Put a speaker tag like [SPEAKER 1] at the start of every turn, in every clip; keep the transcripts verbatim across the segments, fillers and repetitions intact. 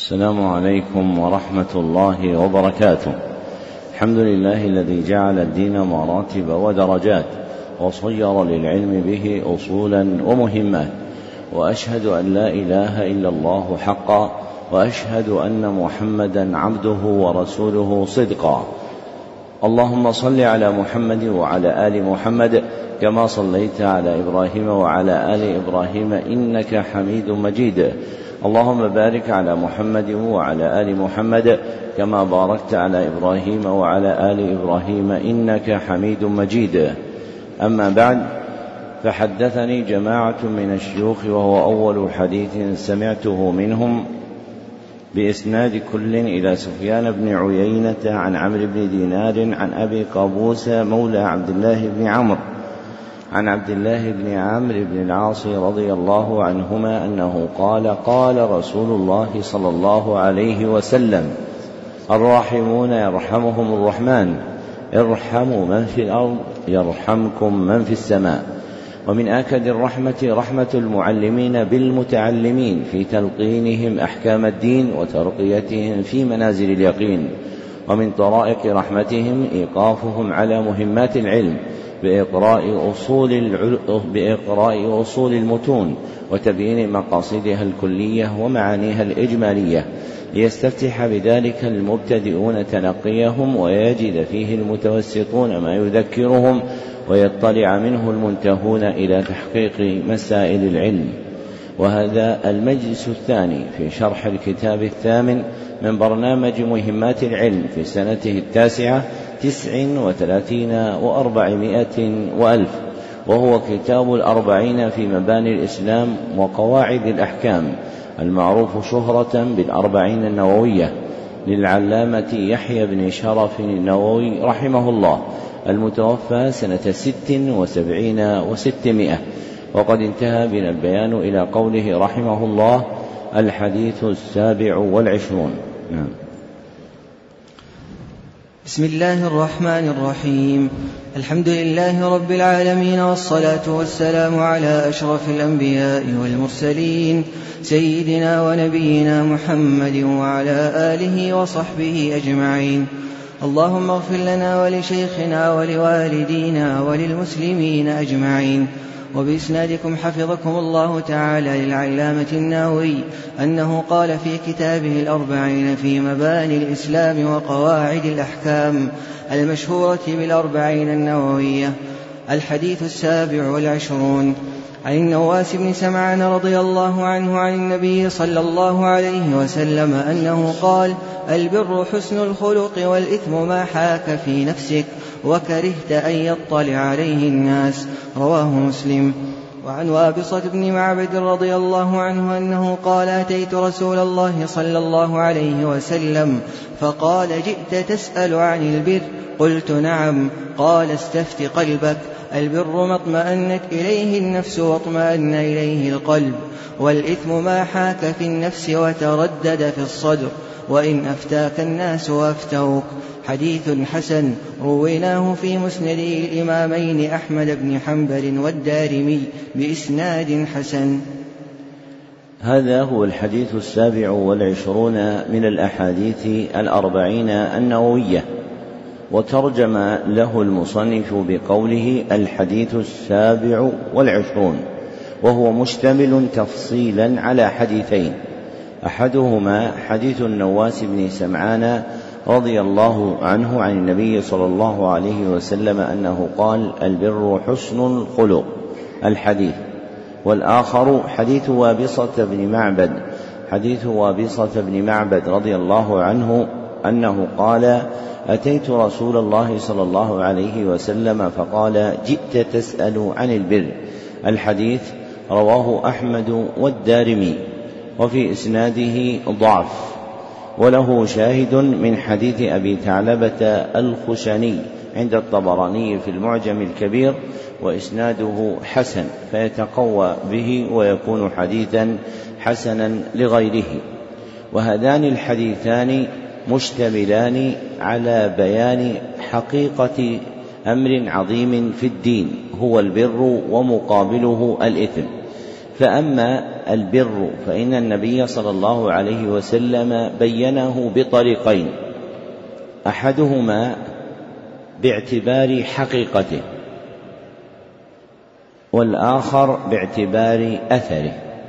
[SPEAKER 1] السلام عليكم ورحمة الله وبركاته. الحمد لله الذي جعل الدين مراتب ودرجات وصير للعلم به أصولا ومهمات، وأشهد أن لا إله إلا الله حقا، وأشهد أن محمدا عبده ورسوله صدقا. اللهم صل على محمد وعلى آل محمد كما صليت على إبراهيم وعلى آل إبراهيم إنك حميد مجيد. اللهم بارك على محمد وعلى آل محمد كما باركت على إبراهيم وعلى آل إبراهيم إنك حميد مجيد. أما بعد، فحدثني جماعة من الشيوخ وهو أول حديث سمعته منهم بإسناد كل إلى سفيان بن عيينة عن عمرو بن دينار عن أبي قابوس مولى عبد الله بن عمرو عن عبد الله بن عمرو بن العاص رضي الله عنهما أنه قال: قال رسول الله صلى الله عليه وسلم: الراحمون يرحمهم الرحمن، ارحموا من في الأرض يرحمكم من في السماء. ومن آكد الرحمة رحمة المعلمين بالمتعلمين في تلقينهم أحكام الدين وترقيتهم في منازل اليقين. ومن طرائق رحمتهم إيقافهم على مهمات العلم بإقراء أصول, العل... بإقراء أصول المتون وتبيين مقاصدها الكلية ومعانيها الإجمالية، ليستفتح بذلك المبتدئون تلقيهم ويجد فيه المتوسطون ما يذكرهم ويطلع منه المنتهون إلى تحقيق مسائل العلم. وهذا المجلس الثاني في شرح الكتاب الثامن من برنامج مهمات العلم في سنته التاسعة تسع وثلاثين وأربعمائة وألف، وهو كتاب الأربعين في مباني الإسلام وقواعد الأحكام، المعروف شهرة بالأربعين النووية للعلامة يحيى بن شرف النووي رحمه الله، المتوفى سنة ست وسبعين وستمائة. وقد انتهى بنا البيان إلى قوله رحمه الله: الحديث السابع والعشرون. نعم.
[SPEAKER 2] بسم الله الرحمن الرحيم. الحمد لله رب العالمين، والصلاة والسلام على أشرف الأنبياء والمرسلين، سيدنا ونبينا محمد وعلى آله وصحبه أجمعين. اللهم اغفر لنا ولشيخنا ولوالدينا وللمسلمين أجمعين. وبإسنادكم حفظكم الله تعالى للعلامة النووي أنه قال في كتابه الأربعين في مباني الإسلام وقواعد الأحكام المشهورة بالأربعين النووية: الحديث السابع والعشرون، عن النواس بن سمعان رضي الله عنه عن النبي صلى الله عليه وسلم أنه قال: البر حسن الخلق، والإثم ما حاك في نفسك وكرهت أن يطلع عليه الناس. رواه مسلم. وعن وابصة بن معبد رضي الله عنه أنه قال: أتيت رسول الله صلى الله عليه وسلم فقال: جئت تسأل عن البر؟ قلت: نعم. قال: استفت قلبك، البر ما اطمأنت إليه النفس واطمأن إليه القلب، والإثم ما حاك في النفس وتردد في الصدر، وإن أفتاك الناس وأفتوك. حديث حسن، رويناه في مسند الإمامين أحمد بن حنبل والدارمي بإسناد حسن.
[SPEAKER 1] هذا هو الحديث السابع والعشرون من الأحاديث الأربعين النووية، وترجم له المصنف بقوله: الحديث السابع والعشرون، وهو مشتمل تفصيلا على حديثين: أحدهما حديث النواس بن سمعان رضي الله عنه عن النبي صلى الله عليه وسلم أنه قال: البر حسن الخلق، الحديث. والآخر حديث وابصة بن معبد حديث وابصة بن معبد رضي الله عنه أنه قال: أتيت رسول الله صلى الله عليه وسلم فقال: جئت تسأل عن البر، الحديث. رواه أحمد والدارمي، وفي إسناده ضعف، وله شاهد من حديث أبي ثعلبة الخشني عند الطبراني في المعجم الكبير، وإسناده حسن، فيتقوى به ويكون حديثا حسنا لغيره. وهذان الحديثان مشتملان على بيان حقيقة أمر عظيم في الدين هو البر ومقابله الإثم. فأما البر فإن النبي صلى الله عليه وسلم بينه بطريقين، أحدهما باعتبار حقيقته والآخر باعتبار أثره.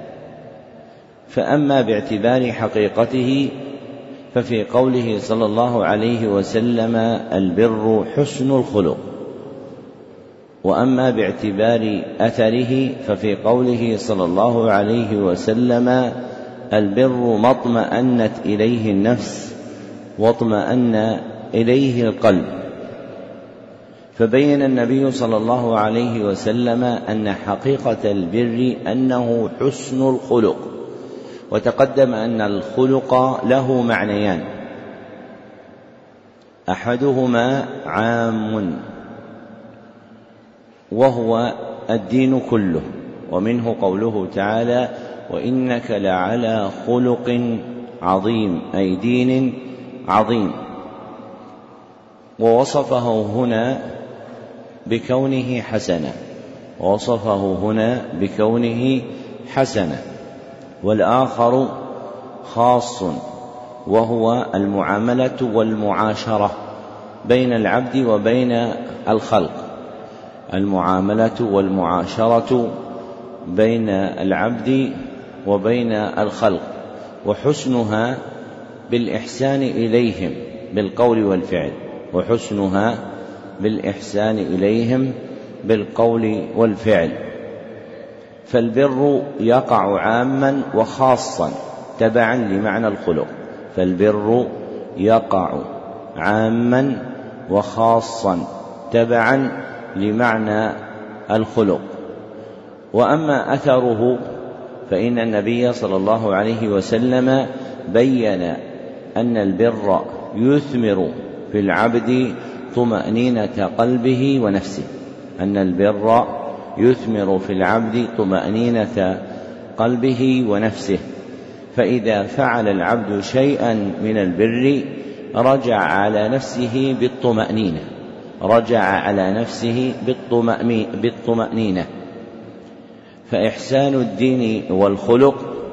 [SPEAKER 1] فأما باعتبار حقيقته ففي قوله صلى الله عليه وسلم البر حسن الخلق، وأما باعتبار أثره ففي قوله صلى الله عليه وسلم البر ما اطمأنت إليه النفس واطمأن إليه القلب. فبين النبي صلى الله عليه وسلم أن حقيقة البر أنه حسن الخلق، وتقدم أن الخلق له معنيان، أحدهما عام وهو الدين كله، ومنه قوله تعالى وإنك لعلى خلق عظيم أي دين عظيم، ووصفه هنا بكونه حسنا ووصفه هنا بكونه حسنا. والآخر خاص وهو المعاملة والمعاشرة بين العبد وبين الخلق، المعاملة والمعاشرة بين العبد وبين الخلق، وحسنها بالإحسان إليهم بالقول والفعل، وحسنها بالإحسان إليهم بالقول والفعل. فالبر يقع عاما وخاصا تبعا لمعنى الخلق، فالبر يقع عاما وخاصا تبعا لمعنى الخلق. وأما أثره فإن النبي صلى الله عليه وسلم بين أن البر يثمر في العبد طمأنينة قلبه ونفسه، أن البر يثمر في العبد طمأنينة قلبه ونفسه، فإذا فعل العبد شيئا من البر رجع على نفسه بالطمأنينة رجع على نفسه بالطمأنينة. فإحسان الدين والخلق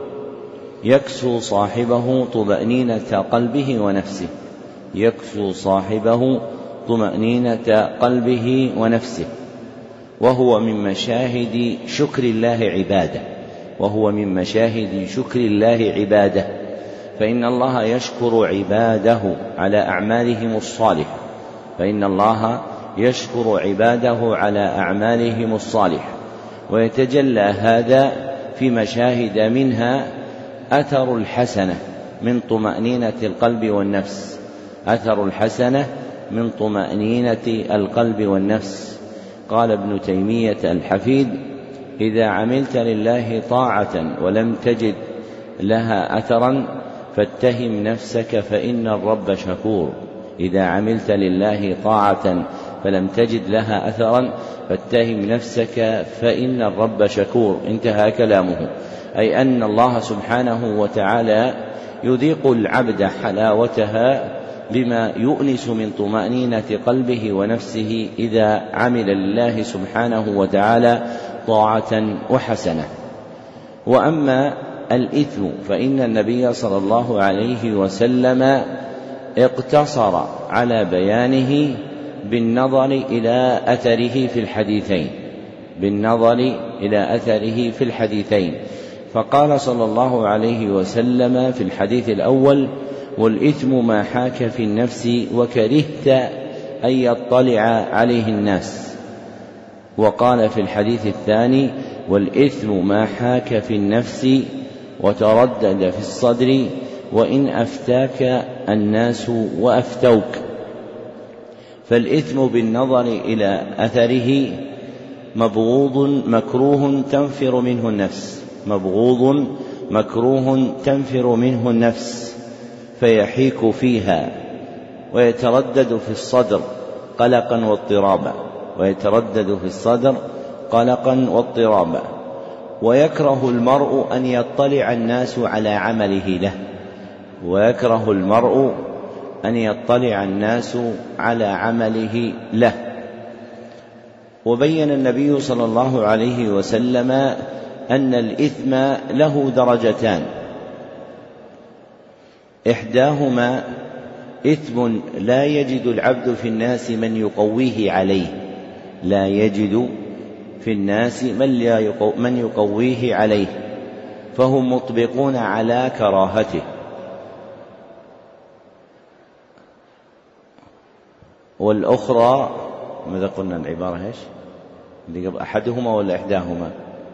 [SPEAKER 1] يكسو صاحبه طمأنينة قلبه ونفسه يكسو صاحبه طمأنينة قلبه ونفسه وهو من مشاهد شكر الله عباده وهو من مشاهد شكر الله عباده فإن الله يشكر عباده على أعمالهم الصالحة فإن الله يشكر عباده على أعمالهم الصالحة ويتجلى هذا في مشاهد، منها أثر الحسنة من طمأنينة القلب والنفس أثر الحسنة من طمأنينة القلب والنفس. قال ابن تيمية الحفيد: إذا عملت لله طاعة ولم تجد لها أثرا فاتهم نفسك فإن الرب شكور إذا عملت لله طاعة فلم تجد لها أثرا فاتهم نفسك فإن الرب شكور. انتهى كلامه، أي أن الله سبحانه وتعالى يذيق العبد حلاوتها بما يؤنس من طمأنينة قلبه ونفسه إذا عمل لله سبحانه وتعالى طاعة وحسنة. وأما الإثم فإن النبي صلى الله عليه وسلم اقتصر على بيانه بالنظر إلى أثره في الحديثين بالنظر إلى أثره في الحديثين فقال صلى الله عليه وسلم في الحديث الأول: والإثم ما حاك في النفس وكرهت أن يطلع عليه الناس. وقال في الحديث الثاني: والإثم ما حاك في النفس وتردد في الصدر وإن أفتاك الناس وأفتوك. فالإثم بالنظر إلى أثره مبغوض مكروه تنفر منه النفس مبغوض مكروه تنفر منه النفس فيحيك فيها ويتردد في الصدر قلقا واضطرابا ويتردد في الصدر قلقا واضطرابا ويكره المرء أن يطلع الناس على عمله له ويكره المرء أن يطلع الناس على عمله له. وبين النبي صلى الله عليه وسلم أن الإثم له درجتان، إحداهما إثم لا يجد العبد في الناس من يقويه عليه، لا يجد في الناس من يقويه عليه، فهم مطبقون على كراهته. والأخرى ماذا قلنا العبارة إيش؟ أحدهما ولا إحداهما؟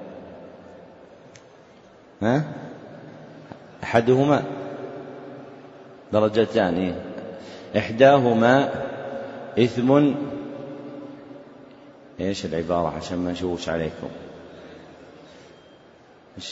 [SPEAKER 1] ها؟ أحدهما درجتان، إيه؟ إحداهما إثم، إيش العبارة عشان ما نشوش عليكم؟ إيش؟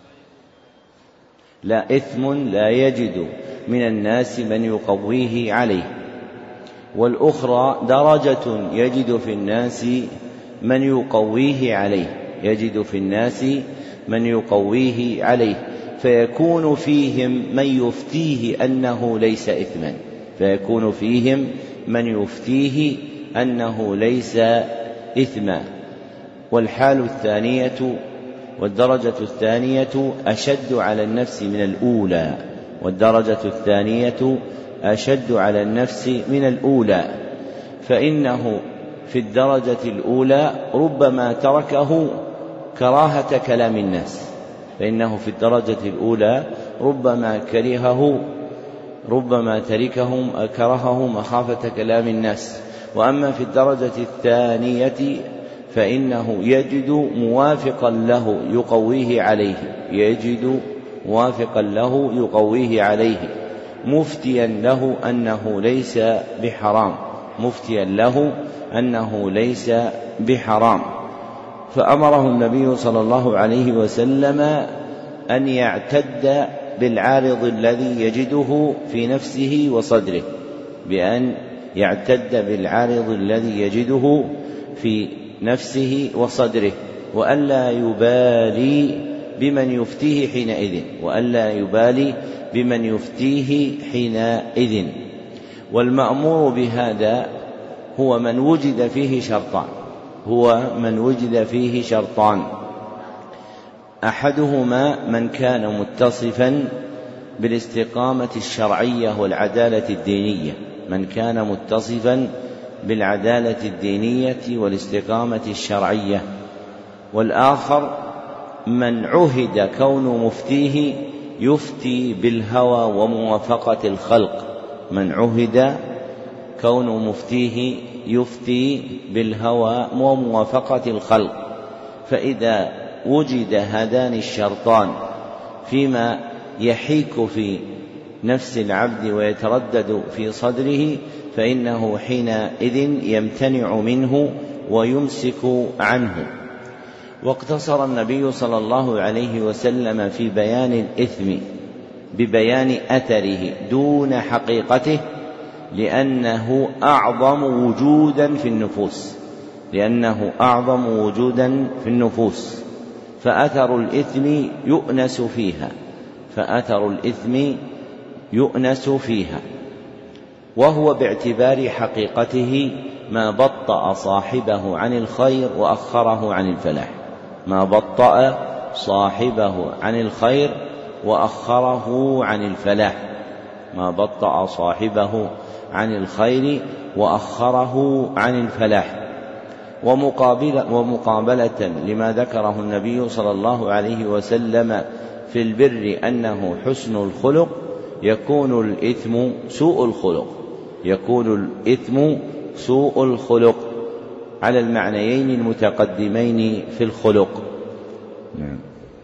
[SPEAKER 1] لا، إثم لا يجد من الناس من يقويه عليه. والأخرى درجة يجد في الناس من يقويه عليه، يجد في الناس من يقويه عليه، فيكون فيهم من يفتيه أنه ليس إثما، فيكون فيهم من يفتيه أنه ليس إثما. والحال الثانية والدرجة الثانية أشد على النفس من الأولى، والدرجة الثانية أشد على النفس من الأولى، فإنه في الدرجة الأولى ربما تركه كراهة كلام الناس، فإنه في الدرجة الأولى ربما كرهه ربما تركه كرهه مخافة كلام الناس. وأما في الدرجة الثانية فإنه يجد موافقا له يقويه عليه، يجد موافقا له يقويه عليه، مفتيا له أنه ليس بحرام، مفتيا له أنه ليس بحرام. فأمره النبي صلى الله عليه وسلم أن يعتد بالعارض الذي يجده في نفسه وصدره، بأن يعتد بالعارض الذي يجده في نفسه وصدره، وألا يبالي بمن يفتيه حينئذ، وألا يبالي بمن يفتيه حينئذ. والمأمور بهذا هو من وجد فيه شرطان، هو من وجد فيه شرطان أحدهما من كان متصفا بالاستقامة الشرعية والعدالة الدينية، من كان متصفا بالعدالة الدينية والاستقامة الشرعية. والآخر من عهد كون مفتيه يفتي بالهوى وموافقة الخلق، من عهد كون مفتيه يفتي بالهوى وموافقة الخلق. فإذا وجد هذان الشرطان فيما يحيك في نفس العبد ويتردد في صدره، فإنه حينئذ يمتنع منه ويمسك عنه. واقتصر النبي صلى الله عليه وسلم في بيان الإثم ببيان أثره دون حقيقته، لأنه أعظم وجودا في النفوس، لأنه أعظم وجودا في النفوس، فأثر الإثم يؤنس فيها، فأثر الإثم يؤنس فيها، وهو باعتبار حقيقته ما بطأ صاحبه عن الخير وأخره عن الفلاح، ما بطأ صاحبه عن الخير وأخره عن الفلاح، ما بطأ صاحبه عن الخير وأخره عن الفلاح. ومقابلة, ومقابلة لما ذكره النبي صلى الله عليه وسلم في البر أنه حسن الخلق، يكون الإثم سوء الخلق، يكون الإثم سوء الخلق على المعنيين المتقدمين في الخلق. نعم.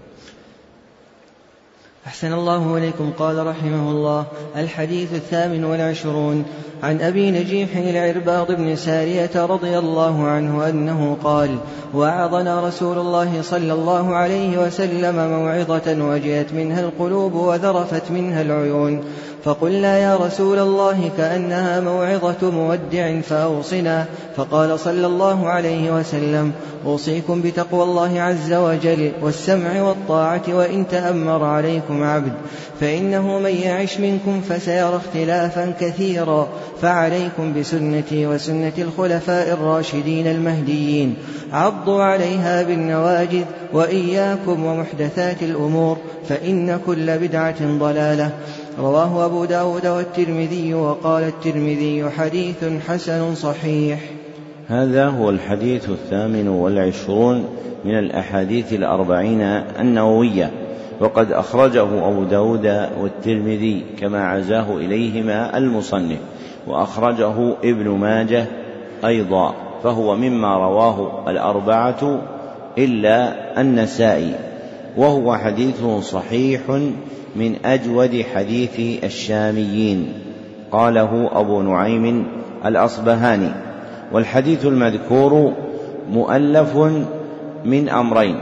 [SPEAKER 2] أحسن الله إليكم. قال رحمه الله: الحديث الثامن والعشرون عن أبي نجيح العرباض بن سارية رضي الله عنه أنه قال: وعظنا رسول الله صلى الله عليه وسلم موعظة وجلت منها القلوب وذرفت منها العيون، فقلنا يا رسول الله كأنها موعظة مودع فأوصنا. فقال صلى الله عليه وسلم: أوصيكم بتقوى الله عز وجل والسمع والطاعة وإن تأمر عليكم عبد، فإنه من يعش منكم فسيرى اختلافا كثيرا، فعليكم بسنتي وسنة الخلفاء الراشدين المهديين، عضوا عليها بالنواجذ، وإياكم ومحدثات الأمور، فإن كل بدعة ضلالة. رواه أبو داود والترمذي، وقال الترمذي: حديث حسن صحيح.
[SPEAKER 1] هذا هو الحديث الثامن والعشرون من الأحاديث الأربعين النووية، وقد أخرجه أبو داود والترمذي كما عزاه إليهما المصنف، وأخرجه ابن ماجه أيضا، فهو مما رواه الأربعة إلا النسائي، وهو حديث صحيح من أجود حديث الشاميين، قاله أبو نعيم الأصبهاني. والحديث المذكور مؤلف من أمرين: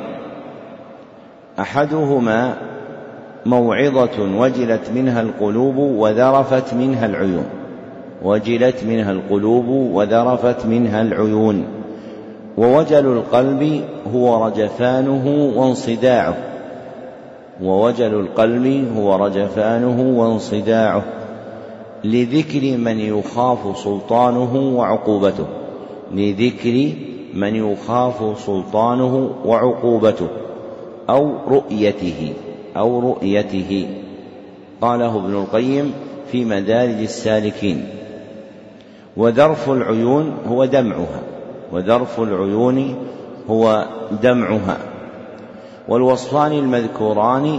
[SPEAKER 1] أحدهما موعظة وجلت منها القلوب وذرفت منها العيون، وجلت منها القلوب وذرفت منها العيون، ووجل القلب هو رجفانه وانصداعه، ووجل القلب هو رجفانه وانصداعه لذكر من يخاف سلطانه وعقوبته، لذكر من يخاف سلطانه وعقوبته أو رؤيته أو رؤيته قاله ابن القيم في مدارج السالكين. وذرف العيون هو دمعها، وذرف العيون هو دمعها. والوصفان المذكوران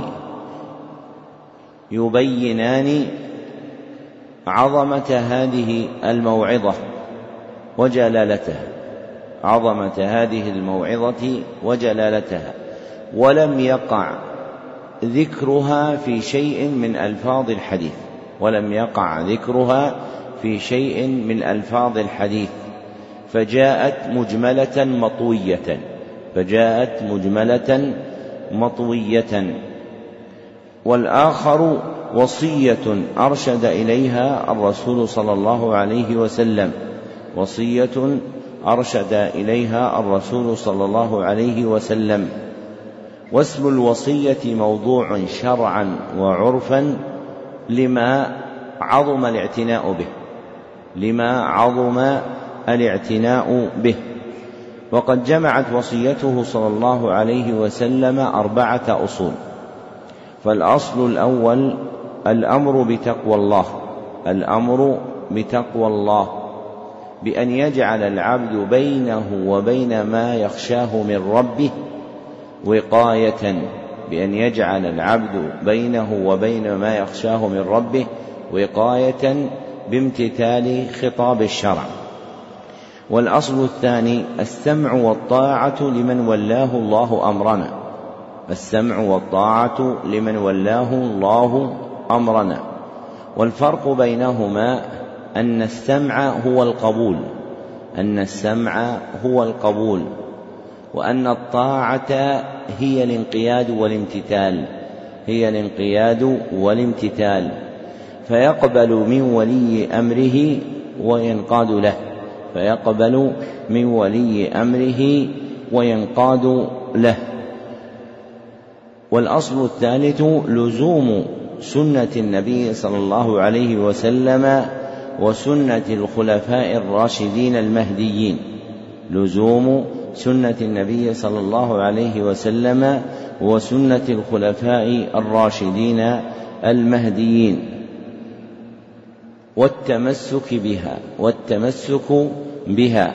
[SPEAKER 1] يبينان عظمة هذه الموعظة وجلالتها، عظمة هذه الموعظة وجلالتها، ولم يقع ذكرها في شيء من ألفاظ الحديث، ولم يقع ذكرها في شيء من ألفاظ الحديث، فجاءت مجملة مطوية، فجاءت مجملة مطوية. والآخر وصية أرشد إليها الرسول صلى الله عليه وسلم، وصية أرشد إليها الرسول صلى الله عليه وسلم. واسم الوصية موضوع شرعا وعرفا لما عظم الاعتناء به، لما عظم الاعتناء به. وقد جمعت وصيته صلى الله عليه وسلم أربعة أصول. فالأصل الأول الأمر بتقوى الله، الأمر بتقوى الله، بأن يجعل العبد بينه وبين ما يخشاه من ربه وقاية، بأن يجعل العبد بينه وبين ما يخشاه من ربه وقاية بامتثال خطاب الشرع. والأصل الثاني السمع والطاعة لمن ولاه الله أمرنا، السمع والطاعة لمن ولاه الله أمرنا. والفرق بينهما أن السمع هو القبول، أن السمع هو القبول، وأن الطاعة هي الانقياد والامتثال، هي الانقياد والامتثال، فيقبل من ولي أمره وينقاد له، فيقبل من ولي أمره وينقاد له. والأصل الثالث لزوم سنة النبي صلى الله عليه وسلم وسنة الخلفاء الراشدين المهديين، لزوم سنة النبي صلى الله عليه وسلم وسنة الخلفاء الراشدين المهديين، والتمسك بها، والتمسك بها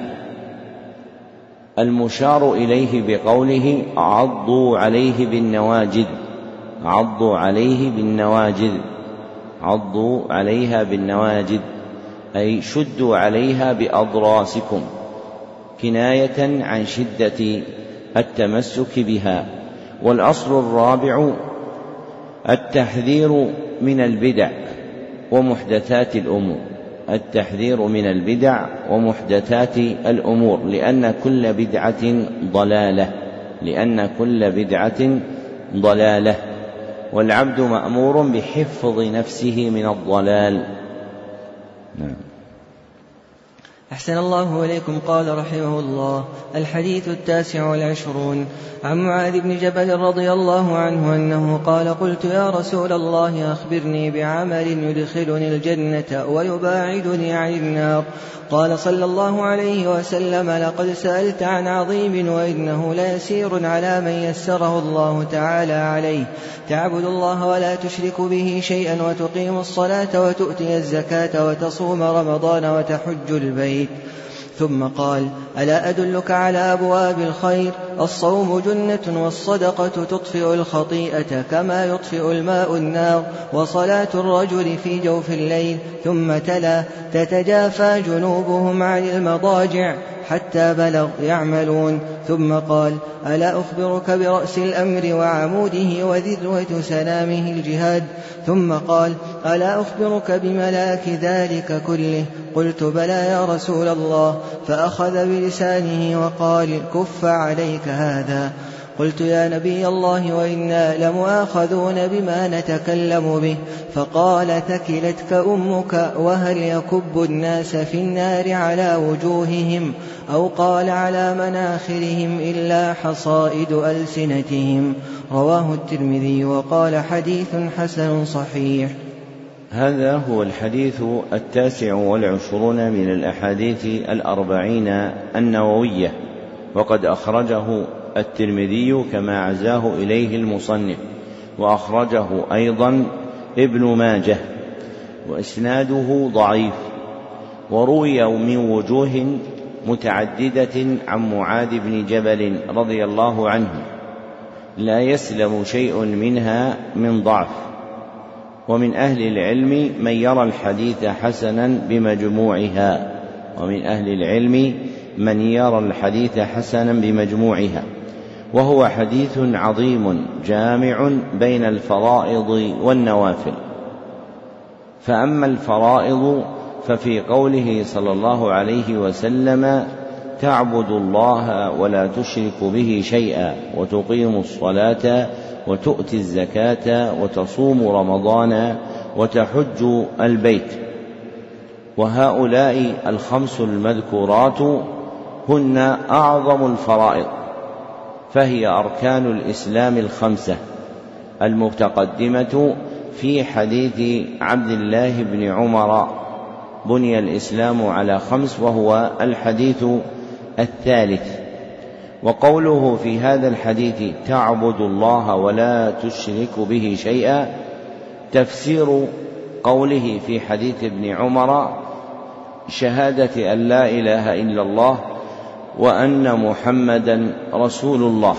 [SPEAKER 1] المشار إليه بقوله عضوا عليه بالنواجذ، عضوا عليه بالنواجذ، عضوا عليها بالنواجذ أي شدوا عليها بأضراسكم، كناية عن شدة التمسك بها. والأصل الرابع التحذير من البدع ومحدثات الأمور، التحذير من البدع ومحدثات الأمور، لأن كل بدعة ضلالة، لأن كل بدعة ضلالة. والعبد مأمور بحفظ نفسه من الضلال. نعم.
[SPEAKER 2] أحسن الله إليكم. قال رحمه الله: الحديث التاسع والعشرون عن معاذ بن جبل رضي الله عنه أنه قال: قلت يا رسول الله أخبرني بعمل يدخلني الجنة ويباعدني عن النار. قال صلى الله عليه وسلم: لقد سألت عن عظيم وإنه ليسير على من يسره الله تعالى عليه، تعبد الله ولا تشرك به شيئا وتقيم الصلاة وتؤتي الزكاة وتصوم رمضان وتحج البيت. ثم قال: ألا أدلك على أبواب الخير؟ الصوم جنة، والصدقة تطفئ الخطيئة كما يطفئ الماء النار، وصلاة الرجل في جوف الليل. ثم تلا: تتجافى جنوبهم عن المضاجع حتى بلغ يعملون. ثم قال: ألا أخبرك برأس الأمر وعموده وذروة سنامه الجهاد؟ ثم قال: ألا أخبرك بملاك ذلك كله؟ قلت: بلى يا رسول الله. فأخذ بلسانه وقال: كف عليك هذا. قلت: يا نبي الله، وإنا لمؤاخذون بما نتكلم به. فقال: ثكلتك أمك، وهل يكب الناس في النار على وجوههم أو قال على مناخرهم إلا حصائد ألسنتهم؟ رواه الترمذي وقال: حديث حسن صحيح.
[SPEAKER 1] هذا هو الحديث التاسع والعشرون من الأحاديث الأربعين النووية، وقد أخرجه الترمذي كما عزاه إليه المصنف، وأخرجه أيضا ابن ماجه، وإسناده ضعيف، وروي من وجوه متعددة عن معاذ بن جبل رضي الله عنه، لا يسلم شيء منها من ضعف. ومن أهل العلم من يرى الحديث حسنا بمجموعها ومن أهل العلم من يرى الحديث حسنا بمجموعها وهو حديث عظيم جامع بين الفرائض والنوافل. فأما الفرائض ففي قوله صلى الله عليه وسلم: تعبد الله ولا تشرك به شيئا وتقيم الصلاة وتؤتي الزكاة وتصوم رمضان وتحج البيت. وهؤلاء الخمس المذكورات هن أعظم الفرائض، فهي أركان الإسلام الخمسة المتقدمة في حديث عبد الله بن عمر: بني الإسلام على خمس، وهو الحديث الثالث. وقوله في هذا الحديث: تعبد الله ولا تشرك به شيئا، تفسير قوله في حديث ابن عمر: شهادة أن لا إله إلا الله وأن محمدا رسول الله.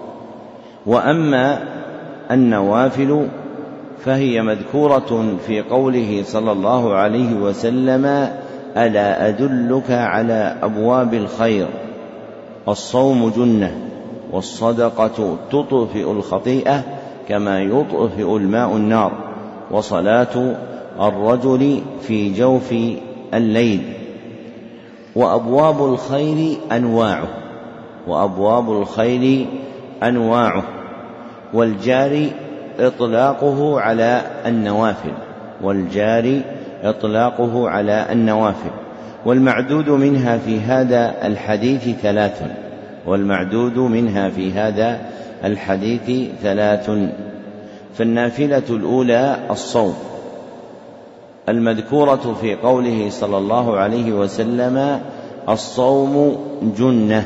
[SPEAKER 1] وأما النوافل فهي مذكورة في قوله صلى الله عليه وسلم: ألا أدلك على أبواب الخير؟ الصوم جنة، والصدقة تطفئ الخطيئة كما يطفئ الماء النار، وصلاة الرجل في جوف الليل. وأبواب الخير أنواعه وأبواب الخير أنواعه والجار إطلاقه على النوافل والجار إطلاقه على النوافل والمعدود منها في هذا الحديث ثلاث والمعدود منها في هذا الحديث ثلاث فالنافلة الأولى الصوم المذكورة في قوله صلى الله عليه وسلم: الصوم جنة.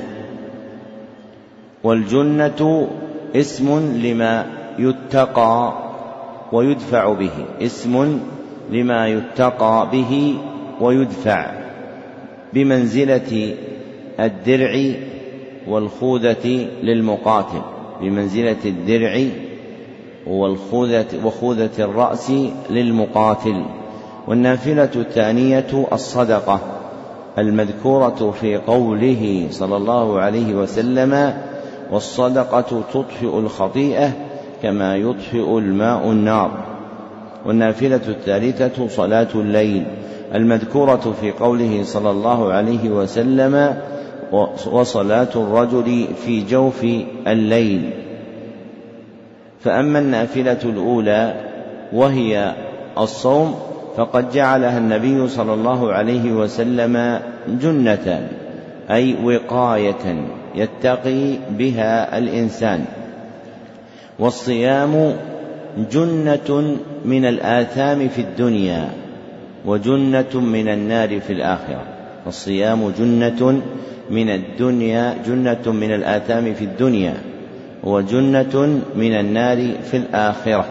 [SPEAKER 1] والجنة اسم لما يتقى ويدفع به اسم لما يتقى به ويدفع، بمنزلة الدرع والخوذة للمقاتل بمنزلة الدرع والخوذة وخوذة الرأس للمقاتل. والنافلة الثانية الصدقة المذكورة في قوله صلى الله عليه وسلم: والصدقة تطفئ الخطيئة كما يطفئ الماء النار. والنافلة الثالثة صلاة الليل المذكورة في قوله صلى الله عليه وسلم: وصلاة الرجل في جوف الليل. فأما النافلة الأولى وهي الصوم فقد جعلها النبي صلى الله عليه وسلم جنة، أي وقاية يتقي بها الإنسان. والصيام جنة من الآثام في الدنيا وجنة من النار في الآخرة. الصيام جنة من الدنيا جنة من الآثام في الدنيا وجنة من النار في الآخرة.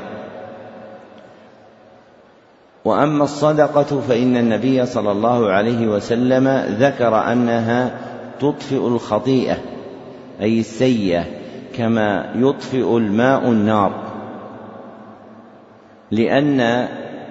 [SPEAKER 1] وأما الصدقة فإن النبي صلى الله عليه وسلم ذكر أنها تطفئ الخطيئة أي السيئة كما يطفئ الماء النار، لأن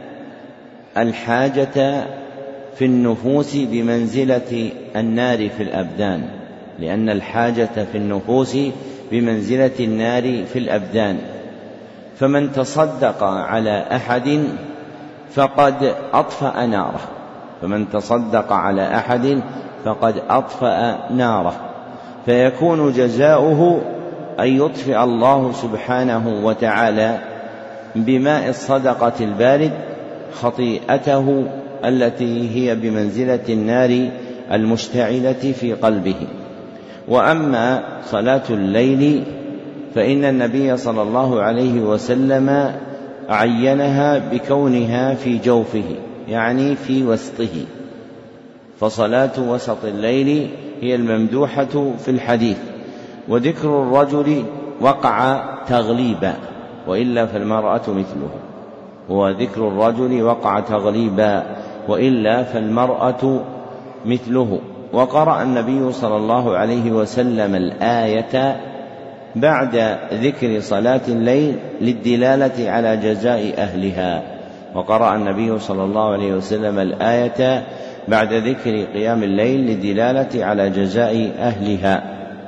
[SPEAKER 1] الحاجة في النفوس بمنزلة النار في الأبدان لأن الحاجة في النفوس بمنزلة النار في الأبدان. فمن تصدق على أحد فقد أطفأ ناره فمن تصدق على أحد فقد أطفأ ناره فيكون جزاؤه أن يطفئ الله سبحانه وتعالى بماء الصدقة البارد خطيئته التي هي بمنزلة النار المشتعلة في قلبه. وأما صلاة الليل فإن النبي صلى الله عليه وسلم عينها بكونها في جوفه يعني في وسطه، فصلاة وسط الليل هي الممدوحة في الحديث. وذكر الرجل وقع تغليبا وإلا فالمرأة مثله وذكر الرجل وقع تغليبا وإلا فالمرأة مثله. وقرأ النبي صلى الله عليه وسلم الآية بعد ذكر صلاة الليل للدلالة على جزاء أهلها وقرأ النبي صلى الله عليه وسلم الآية بعد ذكر قيام الليل للدلالة على جزاء أهلها.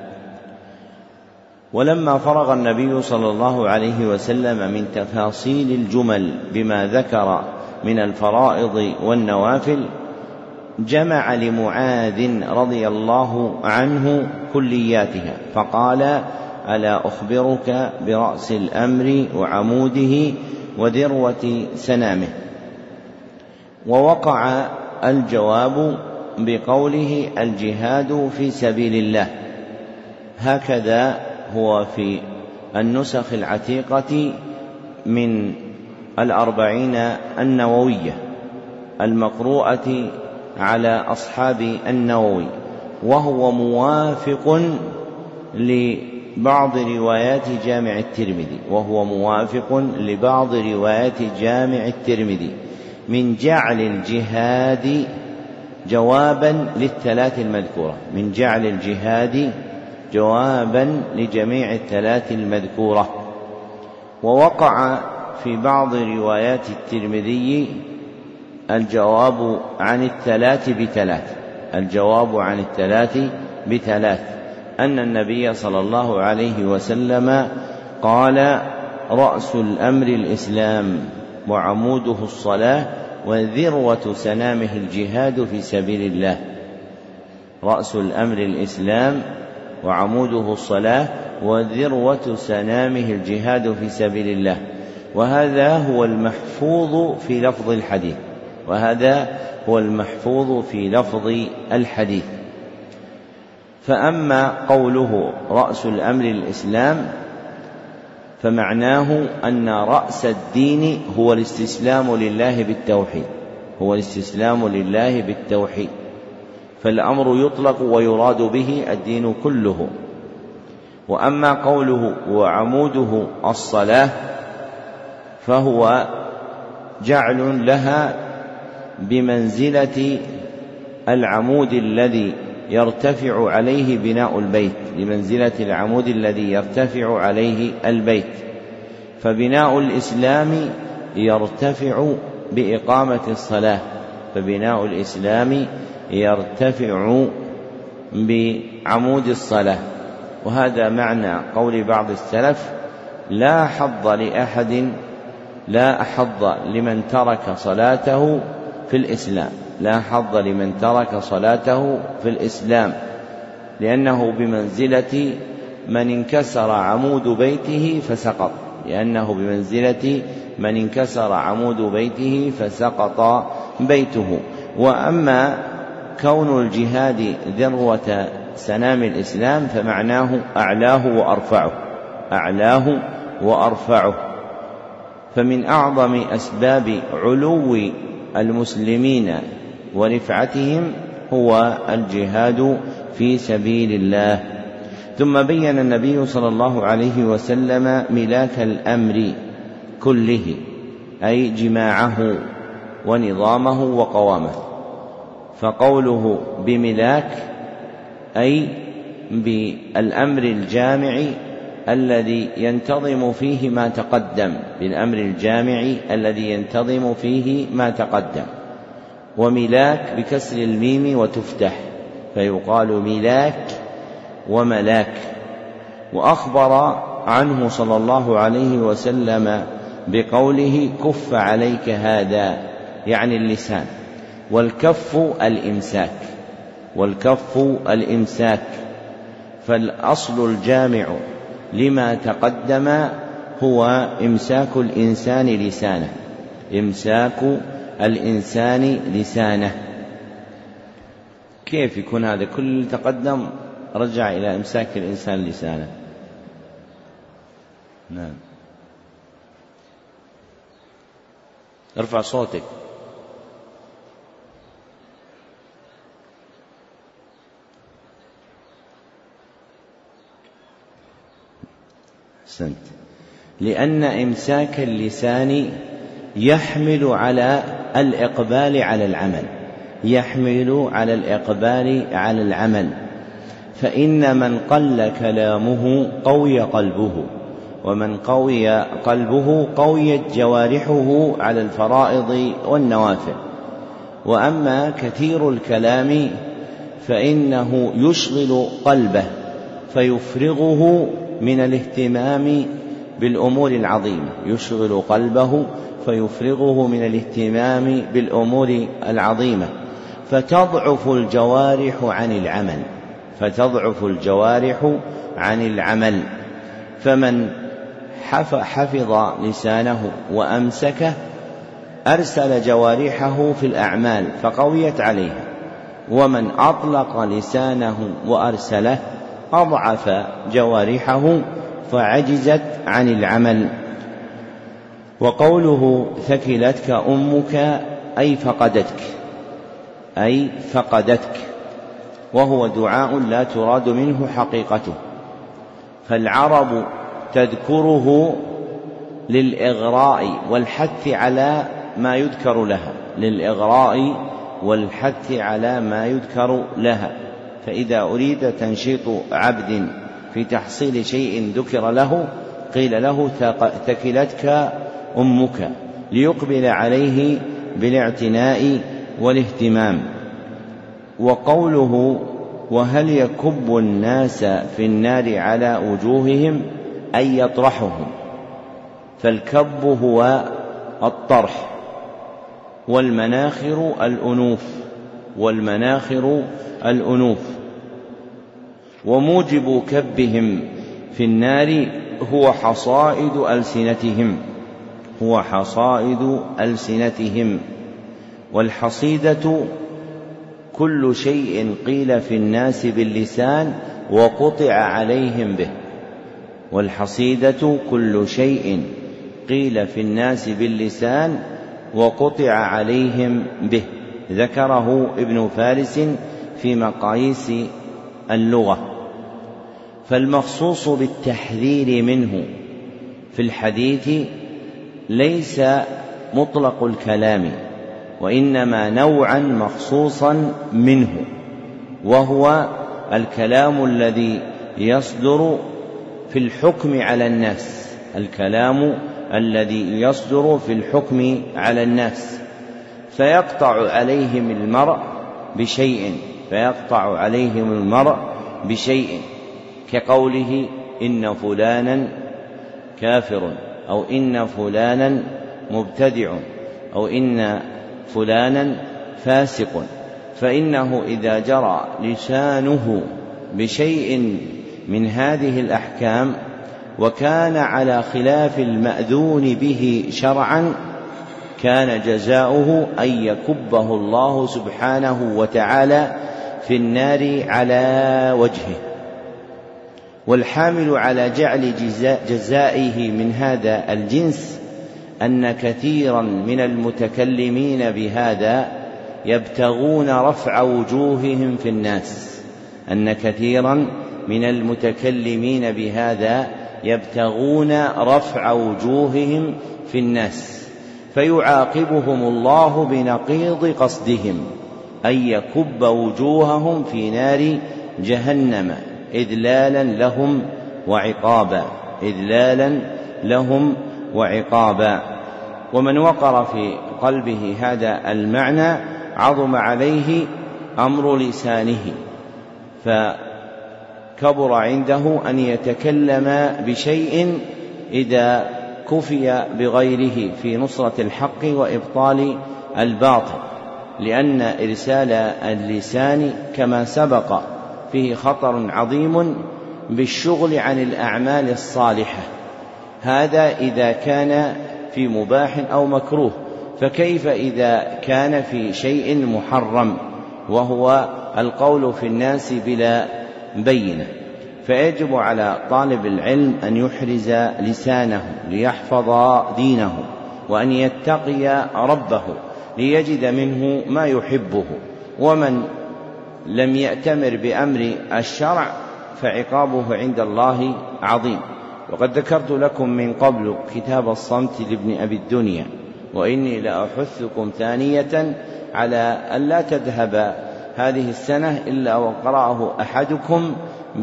[SPEAKER 1] ولما فرغ النبي صلى الله عليه وسلم من تفاصيل الجمل بما ذكر من الفرائض والنوافل جمع لمعاذ رضي الله عنه كلياتها فقال: ألا أخبرك برأس الأمر وعموده وذروة سنامه؟ ووقع الجواب بقوله: الجهاد في سبيل الله. هكذا هو في النسخ العتيقة من الأربعين النووية المقروءة على أصحاب النووي، وهو موافق لبعض روايات جامع الترمذي وهو موافق لبعض روايات جامع الترمذي من جعل الجهاد جوابا للثلاث المذكورة من جعل الجهاد جوابا لجميع الثلاث المذكورة. ووقع في بعض روايات الترمذي الجواب عن الثلاث بثلاث الجواب عن الثلاث بثلاث أن النبي صلى الله عليه وسلم قال: رأس الأمر الإسلام وعموده الصلاة وذروة سنامه الجهاد في سبيل الله. رأس الأمر الإسلام وعموده الصلاة وذروة سنامه الجهاد في سبيل الله. وهذا هو المحفوظ في لفظ الحديث وهذا هو المحفوظ في لفظ الحديث. فأما قوله رأس الأمر الإسلام فمعناه أن رأس الدين هو الاستسلام لله بالتوحيد هو الاستسلام لله بالتوحيد فالأمر يطلق ويراد به الدين كله. وأما قوله وعموده الصلاة فهو جعل لها بمنزلة العمود الذي يرتفع عليه بناء البيت بمنزلة العمود الذي يرتفع عليه البيت. فبناء الإسلام يرتفع بإقامة الصلاة فبناء الإسلام يرتفع بعمود الصلاة. وهذا معنى قول بعض السلف: لا حظ لأحد لا حظ لمن ترك صلاته في الإسلام لا حظ لمن ترك صلاته في الإسلام لأنه بمنزلة من انكسر عمود بيته فسقط لأنه بمنزلة من انكسر عمود بيته فسقط بيته. وأما كون الجهاد ذروة سنام الإسلام فمعناه أعلاه وأرفعه، أعلاه وأرفعه. فمن أعظم أسباب علو المسلمين ورفعتهم هو الجهاد في سبيل الله. ثم بين النبي صلى الله عليه وسلم ملاك الأمر كله، أي جماعه ونظامه وقوامه. فقوله بملاك أي بالأمر الجامع الذي ينتظم فيه ما تقدم، بالأمر الجامع الذي ينتظم فيه ما تقدم. وملاك بكسر الميم وتفتح فيقال ملاك وملاك. وأخبر عنه صلى الله عليه وسلم بقوله كف عليك هذا، يعني اللسان، والكف الإمساك، والكف الإمساك. فالأصل الجامع لما تقدم هو إمساك الإنسان لسانه، إمساك الإنسان لسانه. كيف يكون هذا؟ كل تقدم رجع إلى إمساك الإنسان لسانه. نعم، ارفع صوتك. أحسنت. لأن إمساك اللسان يحمل على الإقبال على العمل، يحمل على الإقبال على العمل. فإن من قل كلامه قوي قلبه، ومن قوي قلبه قويت جوارحه على الفرائض والنوافل. وأما كثير الكلام فإنه يشغل قلبه فيفرغه من الاهتمام بالأمور العظيمة، يشغل قلبه فيفرغه من الاهتمام بالأمور العظيمة، فتضعف الجوارح عن العمل، فتضعف الجوارح عن العمل. فمن حفظ لسانه وأمسكه أرسل جوارحه في الأعمال فقويت عليها، ومن أطلق لسانه وأرسله أضعف جوارحه فعجزت عن العمل. وقوله ثكلتك أمك أي فقدتك، أي فقدتك، وهو دعاء لا تراد منه حقيقته. فالعرب تذكره للإغراء والحث على ما يذكر لها، للإغراء والحث على ما يذكر لها. فإذا أريد تنشيط عبد في تحصيل شيء ذكر له قيل له ثكلتك أمك، ليقبل عليه بالاعتناء والاهتمام. وقوله وهل يكب الناس في النار على وجوههم أي يطرحهم، فالكب هو الطرح، والمناخر الأنوف، والمناخر الأنوف. وموجب كبهم في النار هو حصائد ألسنتهم، هو حصائد ألسنتهم. والحصيدة كل شيء قيل في الناس باللسان وقطع عليهم به، والحصيدة كل شيء قيل في الناس باللسان وقطع عليهم به، ذكره ابن فارس في مقاييس اللغة. فالمخصوص بالتحذير منه في الحديث ليس مطلق الكلام، وإنما نوعا مخصوصا منه، وهو الكلام الذي يصدر في الحكم على الناس، الكلام الذي يصدر في الحكم على الناس، فيقطع عليهم المرء بشيء، فيقطع عليهم المرء بشيء كقوله إن فلانا كافر، أو إن فلانا مبتدع، أو إن فلانا فاسق. فإنه إذا جرى لسانه بشيء من هذه الأحكام وكان على خلاف المأذون به شرعا كان جزاؤه أن يكبه الله سبحانه وتعالى في النار على وجهه. والحامل على جعل جزائه من هذا الجنس أن كثيرا من المتكلمين بهذا يبتغون رفع وجوههم في الناس أن كثيرا من المتكلمين بهذا يبتغون رفع وجوههم في الناس فيعاقبهم الله بنقيض قصدهم أن يكب وجوههم في نار جهنم إذلالا لهم وعقابا إذلالا لهم وعقابا. ومن وقر في قلبه هذا المعنى عظم عليه أمر لسانه فكبر عنده أن يتكلم بشيء إذا كفي بغيره في نصرة الحق وإبطال الباطل، لأن إرسال اللسان كما سبق فيه خطر عظيم بالشغل عن الأعمال الصالحة، هذا إذا كان في مباح أو مكروه، فكيف إذا كان في شيء محرم وهو القول في الناس بلا بينة. فيجب على طالب العلم أن يحرز لسانه ليحفظ دينه وأن يتقي ربه ليجد منه ما يحبه. ومن لم يأتمر بأمر الشرع فعقابه عند الله عظيم. وقد ذكرت لكم من قبل كتاب الصمت لابن أبي الدنيا، وإني لأحثكم ثانية على أن لا تذهب هذه السنة إلا وقرأه أحدكم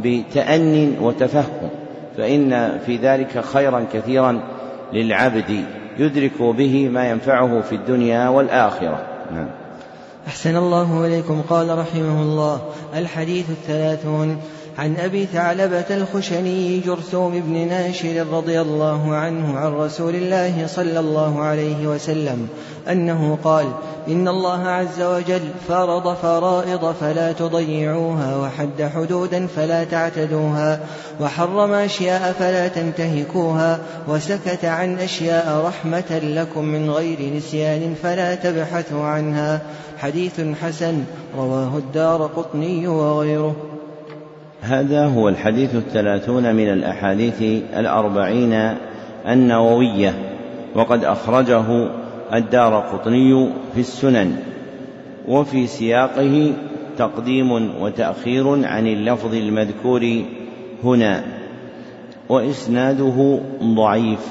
[SPEAKER 1] بتأن وتفهم، فإن في ذلك خيرا كثيرا للعبد يدرك به ما ينفعه في الدنيا والآخرة. نعم.
[SPEAKER 2] أحسن الله إليكم. قال رحمه الله: الحديث الثلاثون. عن أبي ثعلبة الخشني جرثوم بن ناشر رضي الله عنه عن رسول الله صلى الله عليه وسلم أنه قال: إن الله عز وجل فرض فرائض فلا تضيعوها، وحد حدودا فلا تعتدوها، وحرم أشياء فلا تنتهكوها، وسكت عن أشياء رحمة لكم من غير نسيان فلا تبحثوا عنها. حديث حسن رواه الدارقطني وغيره.
[SPEAKER 1] هذا هو الحديث الثلاثون من الأحاديث الأربعين النووية، وقد أخرجه الدارقطني في السنن، وفي سياقه تقديم وتأخير عن اللفظ المذكور هنا، وإسناده ضعيف.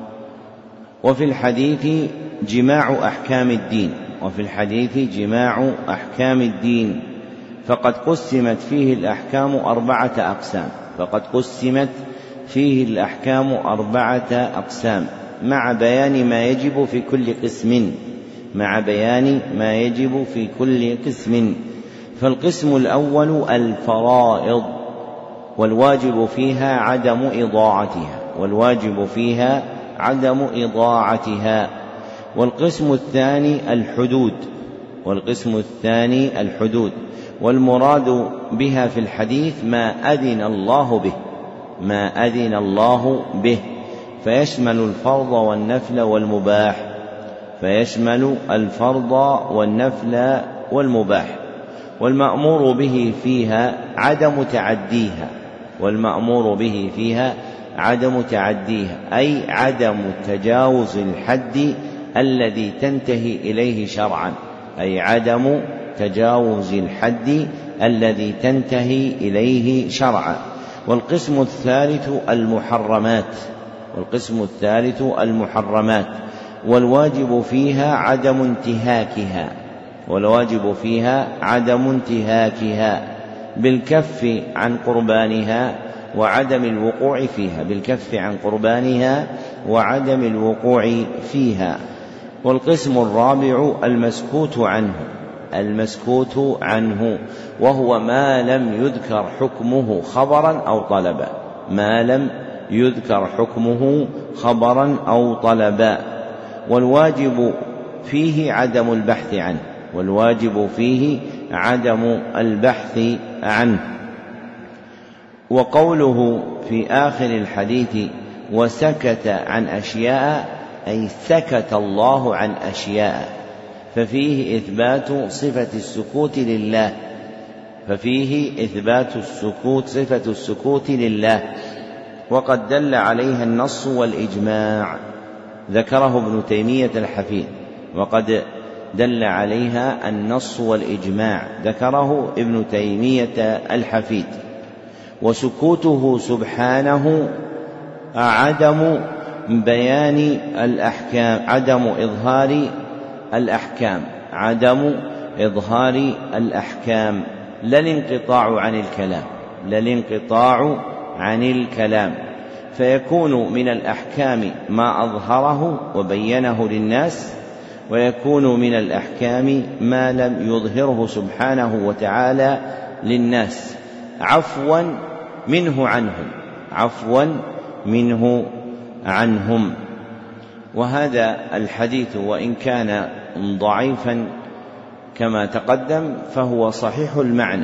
[SPEAKER 1] وفي الحديث جماع أحكام الدين وفي الحديث جماع أحكام الدين فقد قسمت فيه الأحكام أربعة أقسام فقد قسمت فيه الأحكام أربعة أقسام مع بيان ما يجب في كل قسم مع بيان ما يجب في كل قسم. فالقسم الأول الفرائض، والواجب فيها عدم إضاعتها والواجب فيها عدم إضاعتها. والقسم الثاني الحدود والقسم الثاني الحدود والمراد بها في الحديث ما أذن الله به ما أذن الله به فيشمل الفرض والنفل والمباح فيشمل الفرض والنفل والمباح. والمأمور به فيها عدم تعديها والمأمور به فيها عدم تعديها أي عدم تجاوز الحد الذي تنتهي إليه شرعا أي عدم تجاوز الحد الذي تنتهي إليه شرعا. والقسم الثالث المحرمات والقسم الثالث المحرمات والواجب فيها عدم انتهاكها والواجب فيها عدم انتهاكها بالكف عن قربانها وعدم الوقوع فيها بالكف عن قربانها وعدم الوقوع فيها. والقسم الرابع المسكوت عنه المسكوت عنه وهو ما لم يذكر حكمه خبرا أو طلبا ما لم يذكر حكمه خبرا أو طلبا. والواجب فيه عدم البحث عنه والواجب فيه عدم البحث عنه. وقوله في آخر الحديث وسكت عن أشياء أي سكت الله عن أشياء، ففيه إثبات صفة السكوت لله ففيه إثبات السكوت صفة السكوت لله وقد دل عليها النص والإجماع، ذكره ابن تيمية الحفيد، وقد دل عليها النص والإجماع، ذكره ابن تيمية الحفيد. وسكوته سبحانه عدم بيان الأحكام، عدم إظهار الأحكام، عدم إظهار الأحكام، لا الانقطاع عن الكلام، لا الانقطاع عن الكلام، فيكون من الأحكام ما أظهره وبينه للناس، ويكون من الأحكام ما لم يظهره سبحانه وتعالى للناس عفوا منه عنهم، عفوا منه عنهم. وهذا الحديث وإن كان ضعيفا كما تقدم فهو صحيح المعنى،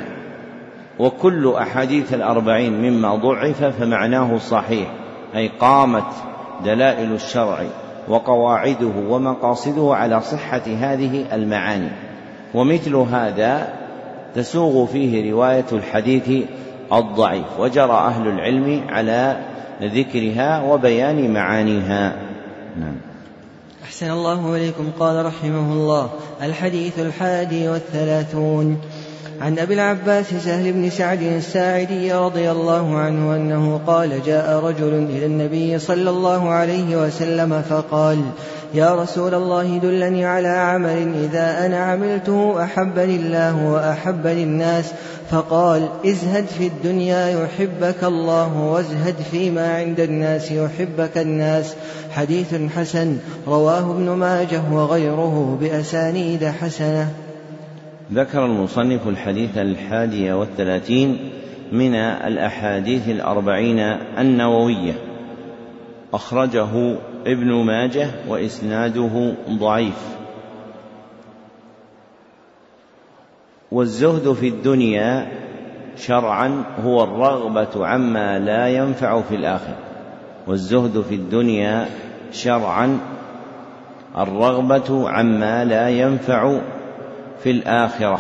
[SPEAKER 1] وكل أحاديث الأربعين مما ضعف فمعناه صحيح، أي قامت دلائل الشرع وقواعده ومقاصده على صحة هذه المعاني، ومثل هذا تسوغ فيه رواية الحديث الضعيف، وجرى أهل العلم على ذكرها وبيان معانيها. نعم.
[SPEAKER 2] أحسن الله إليكم. قال رحمه الله: الحديث الحادي والثلاثون عن أبي العباس سهل بن سعد الساعدي رضي الله عنه أنه قال: جاء رجل إلى النبي صلى الله عليه وسلم فقال: يا رسول الله دلني على عمل إذا أنا عملته أحبني الله وأحبني الناس. فقال: ازهد في الدنيا يحبك الله، وازهد فيما عند الناس يحبك الناس. حديث حسن، رواه ابن ماجه وغيره بأسانيد حسنة.
[SPEAKER 1] ذكر المصنف الحديث الحادي والثلاثين من الأحاديث الأربعين النووية، أخرجه ابن ماجه وإسناده ضعيف. والزهد في الدنيا شرعا هو الرغبة عما لا ينفع في الآخرة، والزهد في الدنيا شرعا الرغبة عما لا ينفع في الآخرة.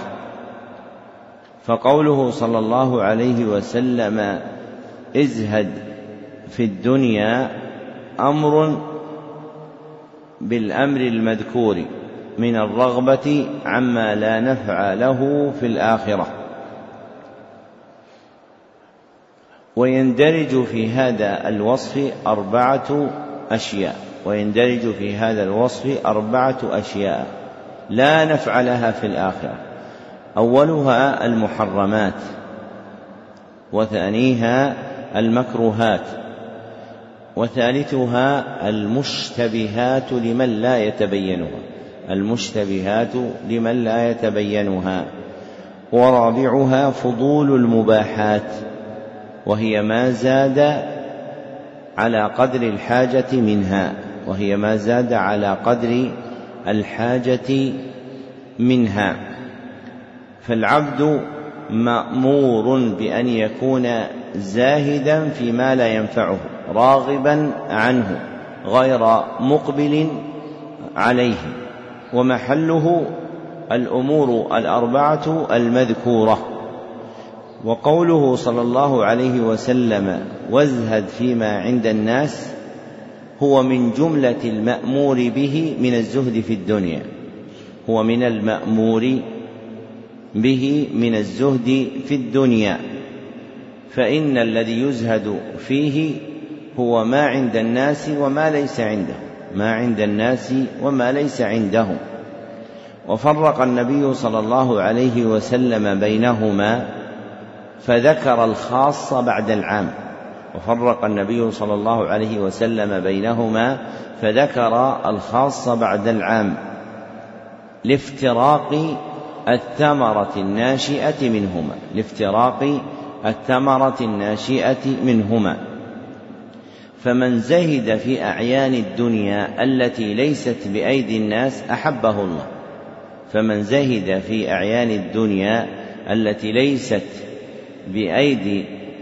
[SPEAKER 1] فقوله صلى الله عليه وسلم ازهد في الدنيا أمر بالأمر المذكور من الرغبة عما لا نفع له في الآخرة. ويندرج في هذا الوصف أربعة أشياء ويندرج في هذا الوصف أربعة أشياء لا نفع لها في الآخرة. أولها المحرمات، وثانيها المكروهات، وثالثها المشتبهات لمن لا يتبينها المشتبهات لمن لا يتبينها ورابعها فضول المباحات، وهي ما زاد على قدر الحاجة منها وهي ما زاد على قدر الحاجة منها. فالعبد مأمور بأن يكون زاهدا فيما لا ينفعه، راغبا عنه غير مقبل عليه، ومحله الأمور الأربعة المذكورة. وقوله صلى الله عليه وسلم وازهد فيما عند الناس هو من جملة المأمور به من الزهد في الدنيا هو من المأمور به من الزهد في الدنيا، فإن الذي يزهد فيه هو ما عند الناس وما ليس عنده ما عند الناس وما ليس عندهم. وفرق النبي صلى الله عليه وسلم بينهما فذكر الخاص بعد العام وفرق النبي صلى الله عليه وسلم بينهما فذكر الخاص بعد العام لافتراق الثمرة الناشئة منهما لافتراق الثمرة الناشئة منهما. فمن زهد في أعيان الدنيا التي ليست بأيدي الناس أحبه الله فمن زهد في أعيان الدنيا التي ليست بأيدي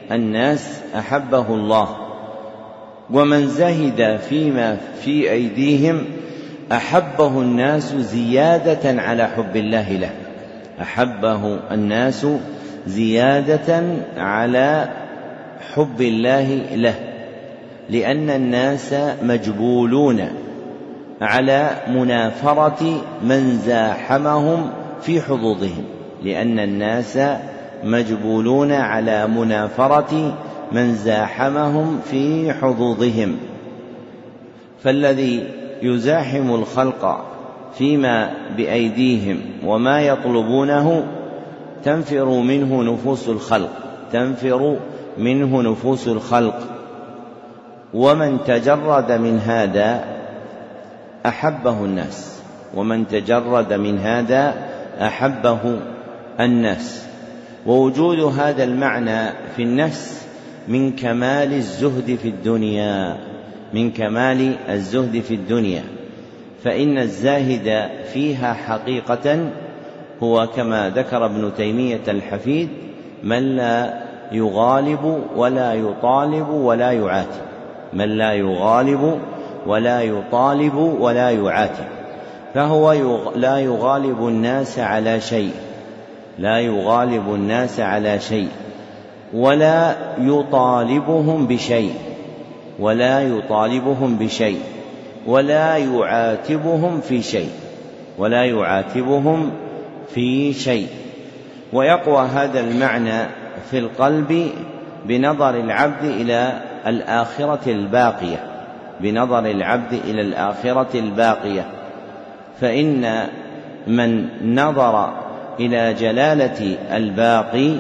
[SPEAKER 1] الناس أحبه الله، ومن زهد فيما في أيديهم أحبه الناس زيادة على حب الله له، أحبه الناس زيادة على حب الله له، لأن الناس مجبولون على منافرة من زاحمهم في حظوظهم، لأن الناس مجبولون على منافرة من زاحمهم في حظوظهم. فالذي يزاحم الخلق فيما بأيديهم وما يطلبونه تنفر منه نفوس الخلق تنفر منه نفوس الخلق ومن تجرد من هذا أحبه الناس ومن تجرد من هذا أحبه الناس. ووجود هذا المعنى في النفس من كمال الزهد في الدنيا من كمال الزهد في الدنيا فإن الزاهد فيها حقيقة هو كما ذكر ابن تيمية الحفيد من لا يغالب ولا يطالب ولا يعاتب من لا يغالب ولا يطالب ولا يعاتب فهو لا يغالب الناس على شيء لا يغالب الناس على شيء ولا يطالبهم بشيء ولا يطالبهم بشيء ولا يعاتبهم في شيء ولا يعاتبهم في شيء. ويقوى هذا المعنى في القلب بنظر العبد إلى الآخرة الباقية بنظر العبد إلى الآخرة الباقية فإن من نظر إلى جلالة الباقي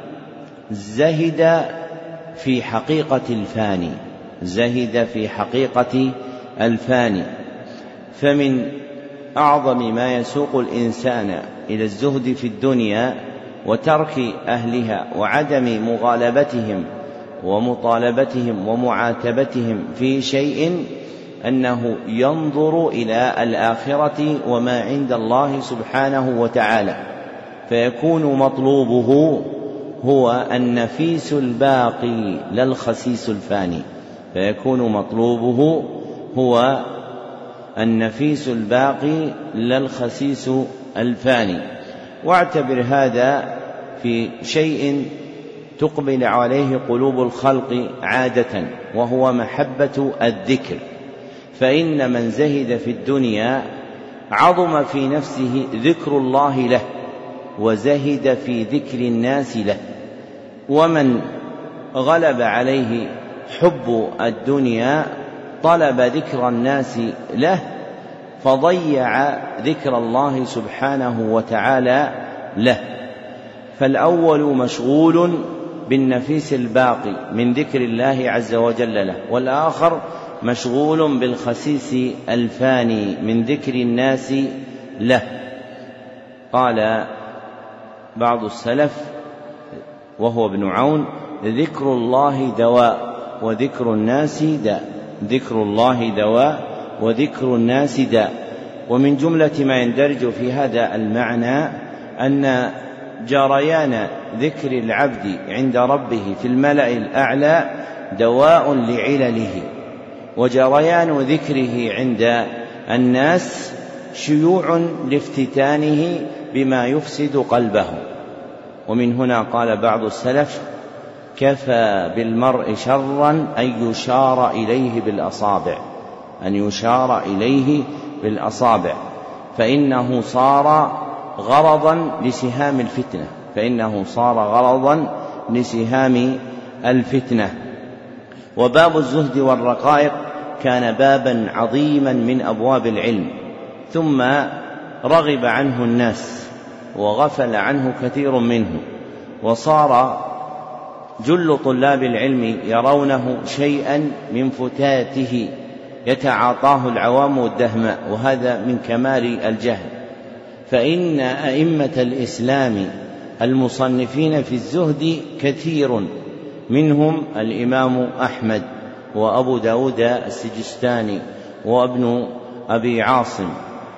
[SPEAKER 1] زهد في حقيقة الفاني زهد في حقيقة الفاني. فمن أعظم ما يسوق الإنسان إلى الزهد في الدنيا وترك أهلها وعدم مغالبتهم ومطالبتهم ومعاتبتهم في شيء أنه ينظر إلى الآخرة وما عند الله سبحانه وتعالى فيكون مطلوبه هو النفيس الباقي لا الخسيس الفاني فيكون مطلوبه هو النفيس الباقي لا الخسيس الفاني. واعتبر هذا في شيء تقبل عليه قلوب الخلق عادة وهو محبة الذكر فإن من زهد في الدنيا عظم في نفسه ذكر الله له وزهد في ذكر الناس له ومن غلب عليه حب الدنيا طلب ذكر الناس له فضيع ذكر الله سبحانه وتعالى له. فالأول مشغول بالنفيس الباقي من ذكر الله عز وجل له والآخر مشغول بالخسيس الفاني من ذكر الناس له. قال بعض السلف وهو ابن عون ذكر الله دواء وذكر الناس داء ذكر الله دواء وذكر الناس داء. ومن جملة ما يندرج في هذا المعنى أن جريان ذكر العبد عند ربه في الملأ الأعلى دواء لعلله وجريان ذكره عند الناس شيوع لافتتانه بما يفسد قلبه. ومن هنا قال بعض السلف كفى بالمرء شرا أن يشار إليه بالأصابع أن يشار إليه بالأصابع فإنه صار غرضا لسهام الفتنة فإنه صار غرضا لسهام الفتنة. وباب الزهد والرقائق كان بابا عظيما من أبواب العلم ثم رغب عنه الناس وغفل عنه كثير منه وصار جل طلاب العلم يرونه شيئا من فتاته يتعاطاه العوام والدهماء وهذا من كمال الجهل. فإن أئمة الإسلام المصنفين في الزهد كثير منهم الإمام أحمد وأبو داود السجستاني وابن أبي عاصم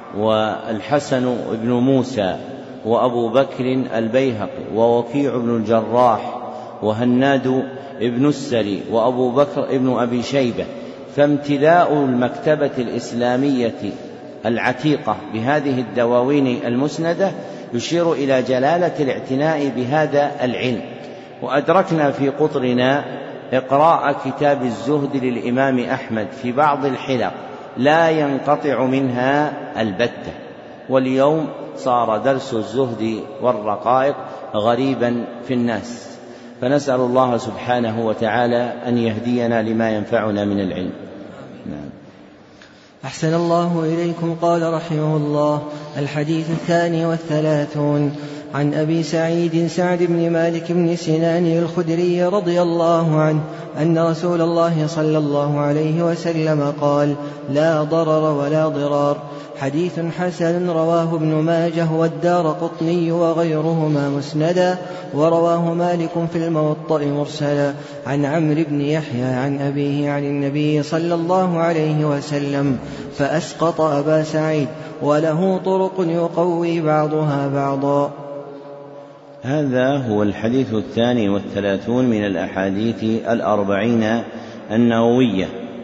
[SPEAKER 1] والحسن بن موسى وأبو بكر البيهقي ووكيع بن الجراح وهناد ابن السري وأبو بكر ابن أبي شيبة، فامتلاء المكتبة الإسلامية العتيقة بهذه الدواوين المسندة يشير إلى جلالة الاعتناء بهذا العلم. وأدركنا في قطرنا إقراء كتاب الزهد للإمام أحمد في بعض الحلق لا ينقطع منها البتة، واليوم صار درس الزهد والرقائق غريبا في الناس، فنسأل الله سبحانه وتعالى أن يهدينا لما ينفعنا من العلم. نعم.
[SPEAKER 2] أحسن الله إليكم. قال رحمه الله: الحديث الثاني والثلاثون عن أبي سعيد سعد بن مالك بن سنان الخدري رضي الله عنه أن رسول الله صلى الله عليه وسلم قال: لا ضرر ولا ضرار. حديث حسن رواه ابن ماجه والدارقطني وغيرهما مسندا، ورواه مالك في الموطأ مرسلا عن عمرو بن يحيى عن أبيه عن النبي صلى الله عليه وسلم، فأسقط أبا سعيد، وله طرق يقوي بعضها بعضا.
[SPEAKER 1] هذا هو الحديث الثاني والثلاثون من الأحاديث الأربعين النووية،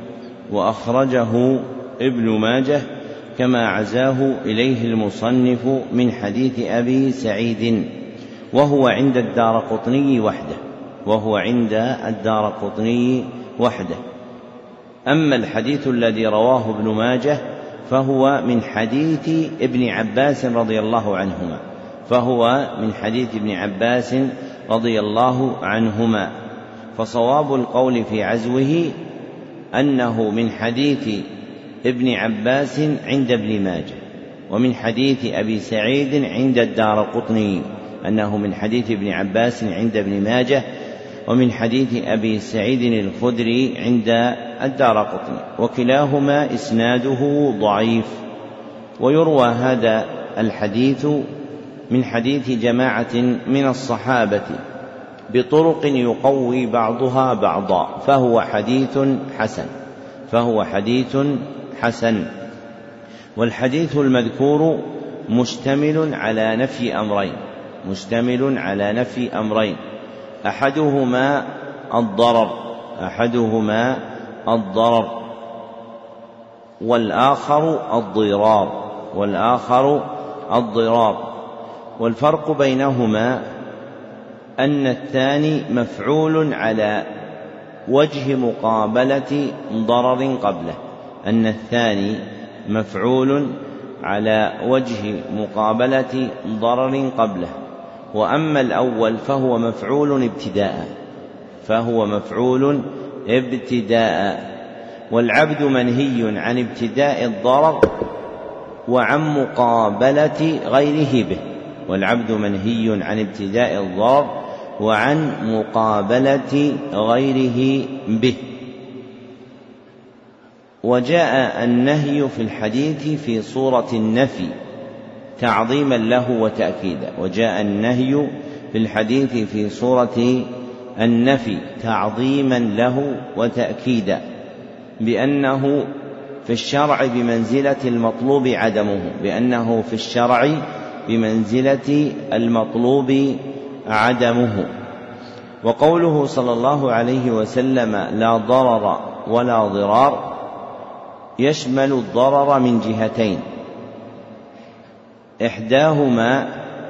[SPEAKER 1] وأخرجه ابن ماجه كما عزاه إليه المصنف من حديث أبي سعيد، وهو عند الدارقطني وحده وهو عند الدارقطني وحده. أما الحديث الذي رواه ابن ماجه فهو من حديث ابن عباس رضي الله عنهما فهو من حديث ابن عباس رضي الله عنهما فصواب القول في عزوه أنه من حديث ابن عباس عند ابن ماجه، ومن حديث أبي سعيد عند الدارقطني أنه من حديث ابن عباس عند ابن ماجه، ومن حديث أبي سعيد الخدري عند الدارقطني، وكلاهما إسناده ضعيف. ويروى هذا الحديث من حديث جماعة من الصحابة بطرق يقوي بعضها بعضا، فهو حديث حسن فهو حديث حسن والحديث المذكور مشتمل على نفي أمرين مشتمل على نفي أمرين أحدهما الضرر أحدهما الضرر والآخر الضرار والآخر الضرار والفرق بينهما أن الثاني مفعول على وجه مقابلة ضرر قبله أن الثاني مفعول على وجه مقابلة ضرر قبله وأما الأول فهو مفعول ابتداء فهو مفعول ابتداء والعبد منهي عن ابتداء الضرر وعن مقابلة غيره به والعبد منهي عن ابتداء الضرر وعن مقابلة غيره به. وجاء النهي في الحديث في صورة النفي تعظيما له وتأكيدا وجاء النهي في الحديث في صورة النفي تعظيما له وتأكيدا بأنه في الشرع بمنزلة المطلوب عدمه بأنه في الشرع بمنزلة المطلوب عدمه. وقوله صلى الله عليه وسلم لا ضرر ولا ضرار يشمل الضرر من جهتين، إحداهما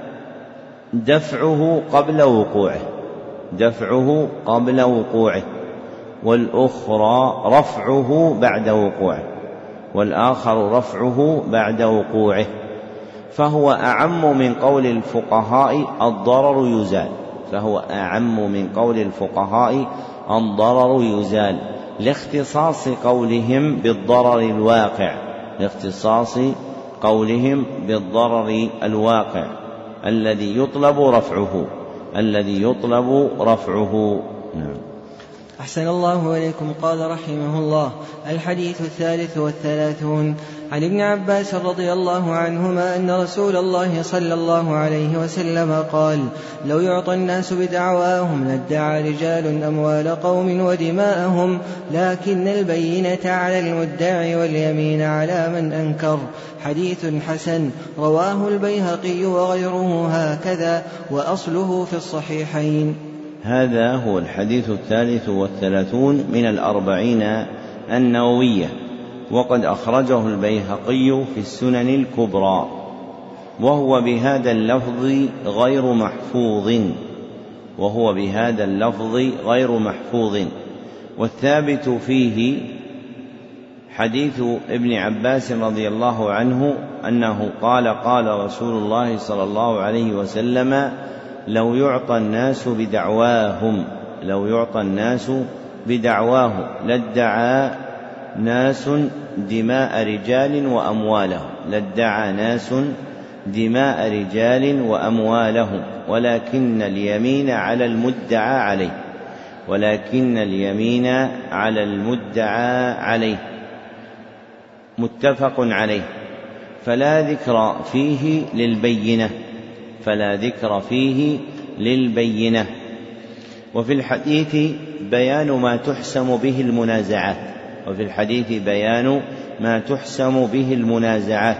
[SPEAKER 1] دفعه قبل وقوعه دفعه قبل وقوعه والأخرى رفعه بعد وقوعه والآخر رفعه بعد وقوعه، فهو أعم من قول الفقهاء الضرر يزال فهو أعم من قول الفقهاء الضرر يزال لاختصاص قولهم بالضرر الواقع لاختصاص قولهم بالضرر الواقع الذي يطلب رفعه الذي يطلب رفعه. نعم.
[SPEAKER 2] أحسن الله إليكم. قال رحمه الله: الحديث الثالث والثلاثون عن ابن عباس رضي الله عنهما أن رسول الله صلى الله عليه وسلم قال: لو يعطى الناس بدعواهم لادعى رجال أموال قوم ودماءهم، لكن البينة على المدعي واليمين على من أنكر. حديث حسن رواه البيهقي وغيره هكذا، وأصله في الصحيحين.
[SPEAKER 1] هذا هو الحديث الثالث والثلاثون من الأربعين النووية، وقد أخرجه البيهقي في السنن الكبرى، وهو بهذا اللفظ غير محفوظ وهو بهذا اللفظ غير محفوظ والثابت فيه حديث ابن عباس رضي الله عنه أنه قال قال رسول الله صلى الله عليه وسلم: لو يعطى الناس بدعواهم لو يعطى الناس بدعواهم لادعى ناس دماء رجال وأموالهم لادعى ناس دماء رجال وأموالهم ولكن اليمين على المدعى عليه ولكن اليمين على المدعى عليه متفق عليه، فلا ذكر فيه للبينة فلا ذكر فيه للبينة وفي الحديث بيان ما تحسم به المنازعات وفي الحديث بيان ما تحسم به المنازعات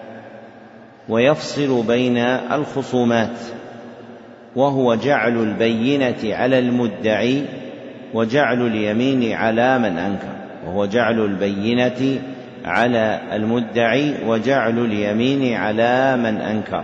[SPEAKER 1] ويفصل بين الخصومات، وهو جعل البينة على المدعي وجعل اليمين على من أنكر وهو جعل البينة على المدعي وجعل اليمين على من أنكر.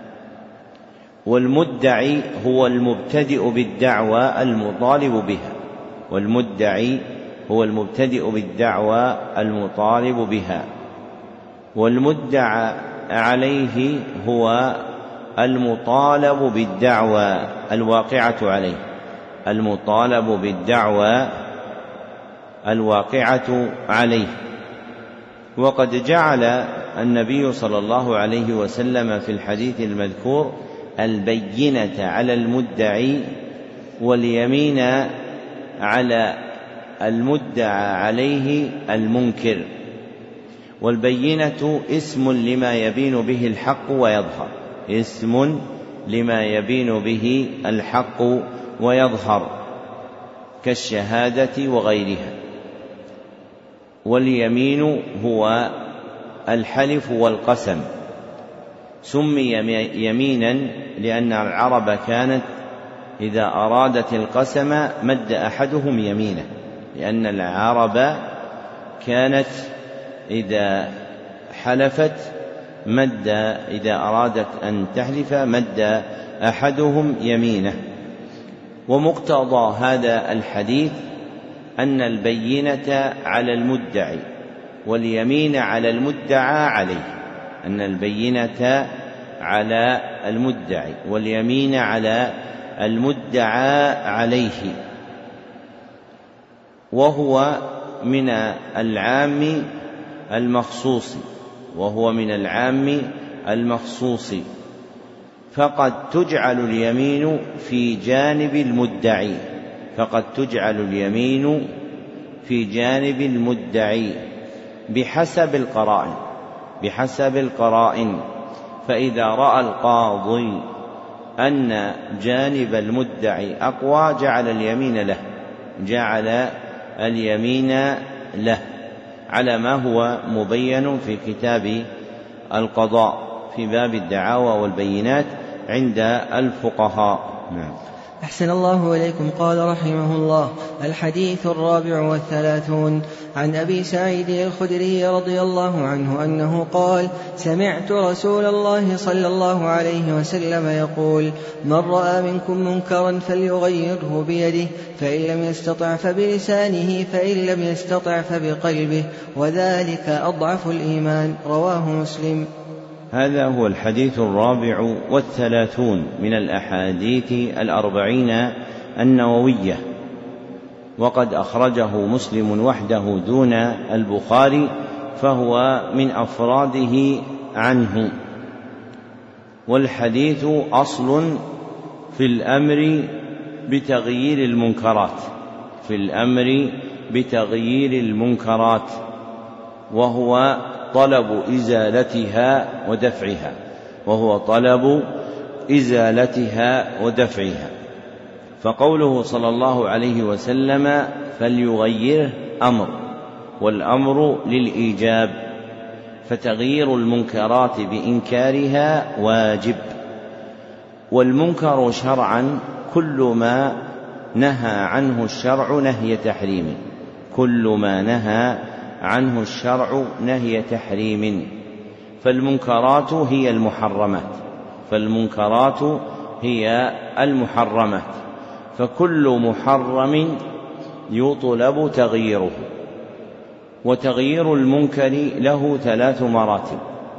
[SPEAKER 1] والمدعي هو المبتدئ بالدعوى المطالب بها والمدعي هو المبتدئ بالدعوى المطالب بها والمدعى عليه هو المطالب بالدعوى الواقعة عليه المطالب بالدعوى الواقعة عليه. وقد جعل النبي صلى الله عليه وسلم في الحديث المذكور البينة على المدعي واليمين على المدعى عليه المنكر. والبينة اسم لما يبين به الحق ويظهر اسم لما يبين به الحق ويظهر كالشهادة وغيرها. واليمين هو الحلف والقسم، سمي يمينا لأن العرب كانت إذا أرادت القسم مد أحدهم يمينه لأن العرب كانت إذا حلفت مد إذا أرادت أن تحلف مد أحدهم يمينه. ومقتضى هذا الحديث أن البينة على المدعي واليمين على المدعى عليه أن البينة على المدعي واليمين على المدعى عليه، وهو من العام المخصوص وهو من العام المخصوص فقد تجعل اليمين في جانب المدعي فقد تجعل اليمين في جانب المدعي بحسب القرائن بحسب القرائن فإذا رأى القاضي أن جانب المدعي أقوى جعل اليمين له جعل اليمين له على ما هو مبين في كتاب القضاء في باب الدعاوى والبينات عند الفقهاء. نعم.
[SPEAKER 2] أحسن الله إليكم. قال رحمه الله: الحديث الرابع والثلاثون عن أبي سعيد الخدري رضي الله عنه أنه قال: سمعت رسول الله صلى الله عليه وسلم يقول: من رأى منكم منكرا فليغيره بيده فإن لم يستطع فبلسانه فإن لم يستطع فبقلبه وذلك أضعف الإيمان. رواه مسلم.
[SPEAKER 1] هذا هو الحديث الرابع والثلاثون من الأحاديث الأربعين النووية، وقد أخرجه مسلم وحده دون البخاري فهو من أفراده عنه. والحديث أصل في الأمر بتغيير المنكرات في الأمر بتغيير المنكرات وهو طلب إزالتها ودفعها وهو طلب إزالتها ودفعها. فقوله صلى الله عليه وسلم فليغيره أمر، والأمر للإيجاب، فتغيير المنكرات بإنكارها واجب. والمنكر شرعا كل ما نهى عنه الشرع نهي تحريم، كل ما نهى عنه الشرع نهي تحريم. فالمنكرات هي المحرمات فالمنكرات هي المحرمات فكل محرم يطلب تغييره. وتغيير المنكر له ثلاث مراتب.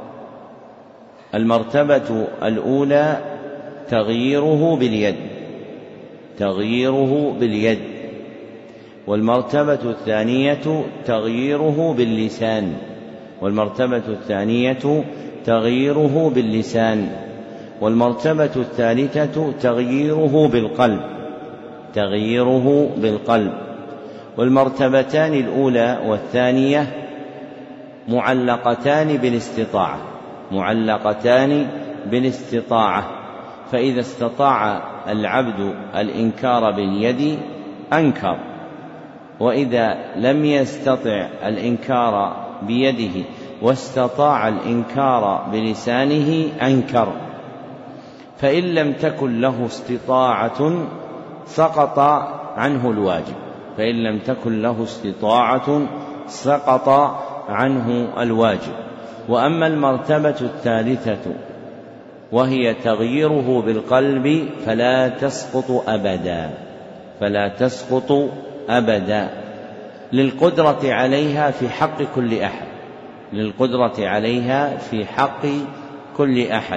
[SPEAKER 1] المرتبة الأولى تغييره باليد تغييره باليد والمرتبة الثانية تغييره باللسان والمرتبة الثانية تغييره باللسان والمرتبة الثالثة تغييره بالقلب تغييره بالقلب والمرتبتان الأولى والثانية معلقتان بالاستطاعة معلقتان بالاستطاعة فإذا استطاع العبد الإنكار باليد أنكر، وإذا لم يستطع الإنكار بيده واستطاع الإنكار بلسانه أنكر. فإن لم تكن له استطاعة سقط عنه الواجب فإن لم تكن له استطاعة سقط عنه الواجب. وأما المرتبة الثالثة وهي تغييره بالقلب فلا تسقط أبدا فلا تسقط أبدا للقدرة عليها في حق كل أحد للقدرة عليها في حق كل أحد.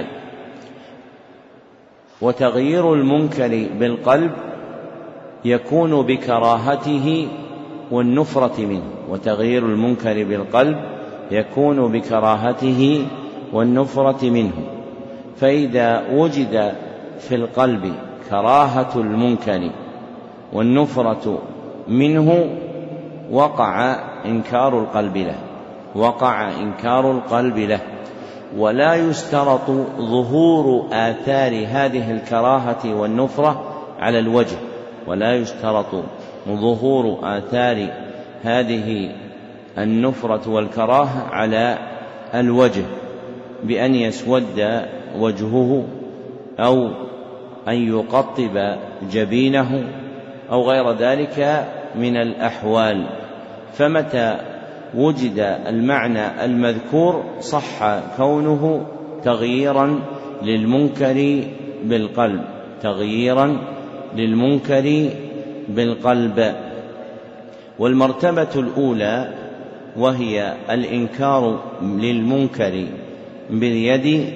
[SPEAKER 1] وتغيير المنكر بالقلب يكون بكراهته والنفرة منه وتغيير المنكر بالقلب يكون بكراهته والنفرة منه. فإذا وجد في القلب كراهة المنكر والنفرة منه وقع إنكار القلب له وقع إنكار القلب له ولا يشترط ظهور آثار هذه الكراهة والنفرة على الوجه ولا يشترط ظهور آثار هذه النفرة والكراهة على الوجه بأن يسود وجهه أو أن يقطب جبينه أو غير ذلك من الأحوال. فمتى وجد المعنى المذكور صح كونه تغييرا للمنكر بالقلب تغييرا للمنكر بالقلب. والمرتبة الأولى وهي الإنكار للمنكر باليد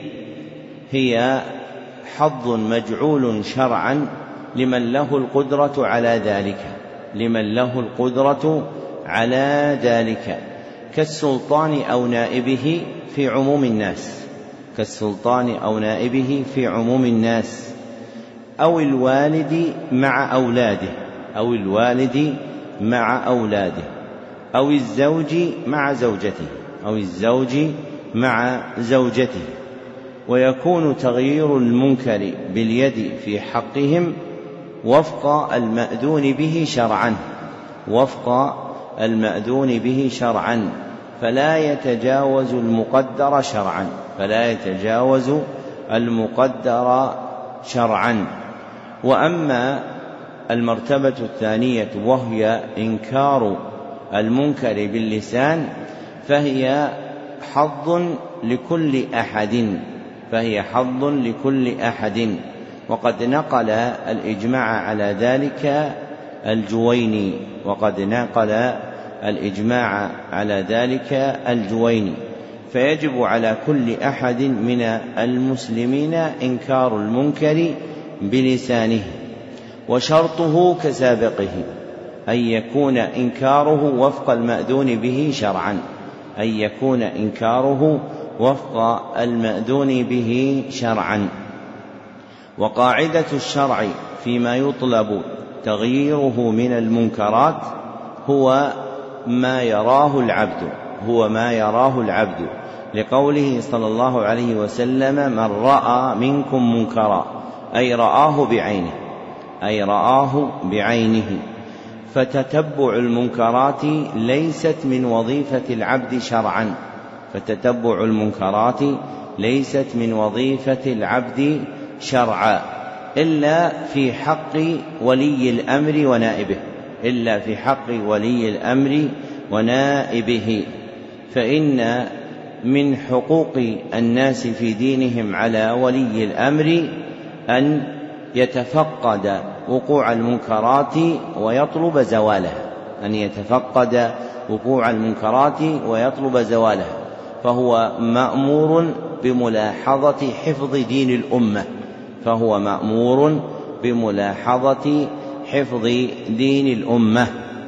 [SPEAKER 1] هي حظ مجعول شرعا لمن له القدرة على ذلك لمن له القدرة على ذلك كالسلطان أو نائبه في عموم الناس كالسلطان أو نائبه في عموم الناس أو الوالد مع أولاده أو الوالد مع أولاده أو الزوج مع زوجته أو الزوج مع زوجته. ويكون تغيير المنكر باليد في حقهم وفق المأذون به شرعا وفق المأذون به شرعا فلا يتجاوز المقدر شرعا فلا يتجاوز المقدر شرعا. وأما المرتبة الثانية وهي إنكار المنكر باللسان فهي حظ لكل أحد فهي حظ لكل أحد وقد نقل الإجماع على ذلك الجويني وقد نقل الإجماع على ذلك الجويني. فيجب على كل أحد من المسلمين إنكار المنكر بلسانه وشرطه كسابقه أن يكون إنكاره وفق المأذون به شرعا أن يكون إنكاره وفق المأذون به شرعا. وقاعدة الشرع فيما يطلب تغييره من المنكرات هو ما يراه العبد هو ما يراه العبد لقوله صلى الله عليه وسلم من رأى منكم منكرا أي رآه بعينه أي رآه بعينه. فتتبع المنكرات ليست من وظيفة العبد شرعا فتتبع المنكرات ليست من وظيفة العبد شرعا إلا في حق ولي الأمر ونائبه إلا في حق ولي الأمر ونائبه فإن من حقوق الناس في دينهم على ولي الأمر أن يتفقد وقوع المنكرات ويطلب زوالها أن يتفقد وقوع المنكرات ويطلب زوالها فهو مأمور بملاحظة حفظ دين الأمة فهو مأمور بملاحظة حفظ دين الأمة.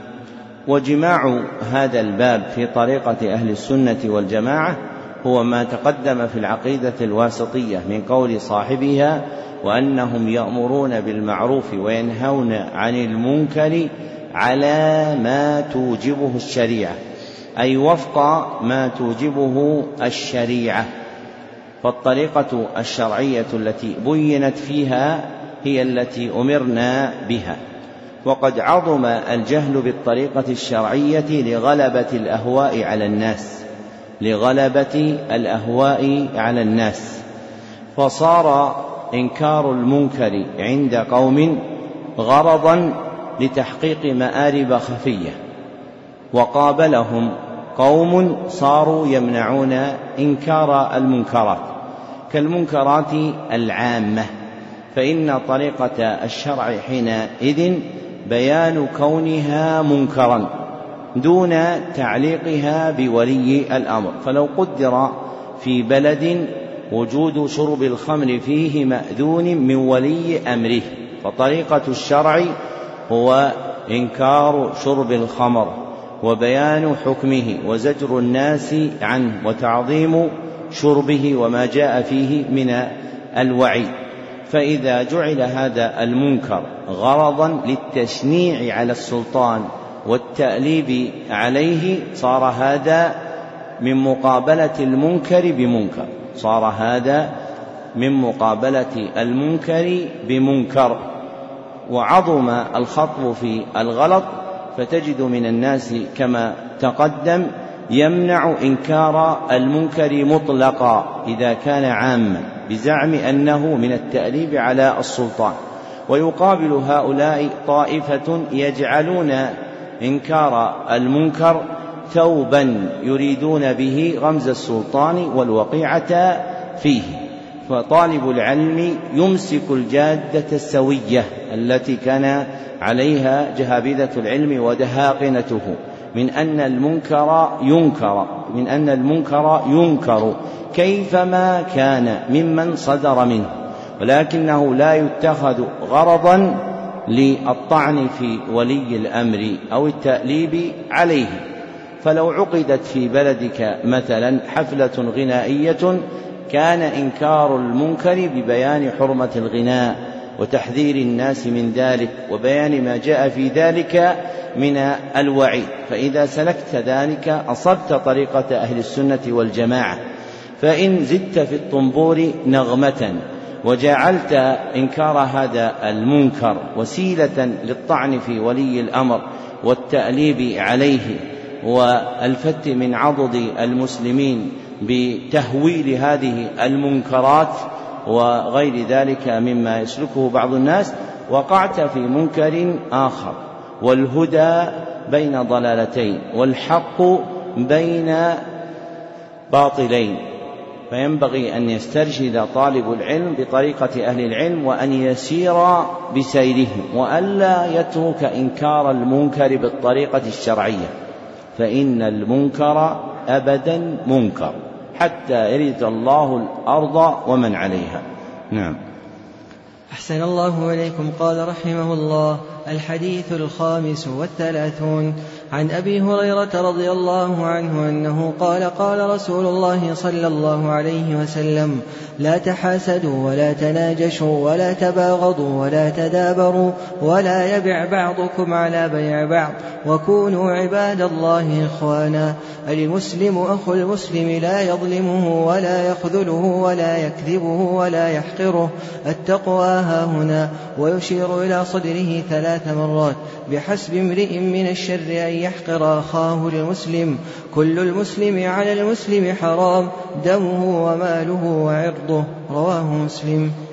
[SPEAKER 1] وجماع هذا الباب في طريقة أهل السنة والجماعة هو ما تقدم في العقيدة الواسطية من قول صاحبها وأنهم يأمرون بالمعروف وينهون عن المنكر على ما توجبه الشريعة أي وفق ما توجبه الشريعة. فالطريقة الشرعية التي بينت فيها هي التي أمرنا بها. وقد عظم الجهل بالطريقة الشرعية لغلبة الأهواء على الناس لغلبة الأهواء على الناس فصار إنكار المنكر عند قوم غرضا لتحقيق مآرب خفية وقابلهم قوم صاروا يمنعون إنكار المنكرات كالمنكرات العامة فإن طريقة الشرع حينئذ بيان كونها منكرا دون تعليقها بولي الأمر. فلو قدر في بلد وجود شرب الخمر فيه مأذون من ولي أمره فطريقة الشرع هو إنكار شرب الخمر وبيان حكمه وزجر الناس عنه وتعظيم شربه وما جاء فيه من الوعيد. فإذا جعل هذا المنكر غرضا للتشنيع على السلطان والتأليب عليه صار هذا من مقابلة المنكر بمنكر صار هذا من مقابلة المنكر بمنكر. وعظم الخطب في الغلط فتجد من الناس كما تقدم يمنع إنكار المنكر مطلقا إذا كان عاما بزعم أنه من التأليب على السلطان ويقابل هؤلاء طائفة يجعلون إنكار المنكر ثوبا يريدون به غمز السلطان والوقيعة فيه. فطالب العلم يمسك الجادة السوية التي كان عليها جهابذة العلم ودهاقنته من أن المنكر ينكر من أن المنكر ينكر كيفما كان ممن صدر منه ولكنه لا يتخذ غرضا للطعن في ولي الأمر أو التأليب عليه. فلو عقدت في بلدك مثلا حفلة غنائية كان إنكار المنكر ببيان حرمة الغناء وتحذير الناس من ذلك وبيان ما جاء في ذلك من الوعيد. فإذا سلكت ذلك أصبت طريقة أهل السنة والجماعة. فإن زدت في الطنبور نغمة وجعلت إنكار هذا المنكر وسيلة للطعن في ولي الأمر والتأليب عليه والفت من عضد المسلمين بتهويل هذه المنكرات وغير ذلك مما يسلكه بعض الناس وقعت في منكر آخر. والهدى بين ضلالتين والحق بين باطلين فينبغي أن يسترشد طالب العلم بطريقة أهل العلم وأن يسير بسيرهم وألا يترك إنكار المنكر بالطريقة الشرعية فإن المنكر أبدا منكر حتى يرث الله الأرض ومن عليها. نعم.
[SPEAKER 2] أحسن الله إليكم. قال رحمه الله: الحديث الخامس والثلاثون عن أبي هريرة رضي الله عنه أنه قال: قال رسول الله صلى الله عليه وسلم: لا تحاسدوا ولا تناجشوا ولا تباغضوا ولا تدابروا ولا يبع بعضكم على بيع بعض وكونوا عباد الله إخوانا. المسلم أخو المسلم لا يظلمه ولا يخذله ولا يكذبه ولا يحقره. التقوى هاهنا. ويشير إلى صدره ثلاث مرات: بحسب امرئ من الشر أن يحقر أخاه المسلم. كل المسلم على المسلم حرام، دمه وماله وعرضه. رواه مسلم.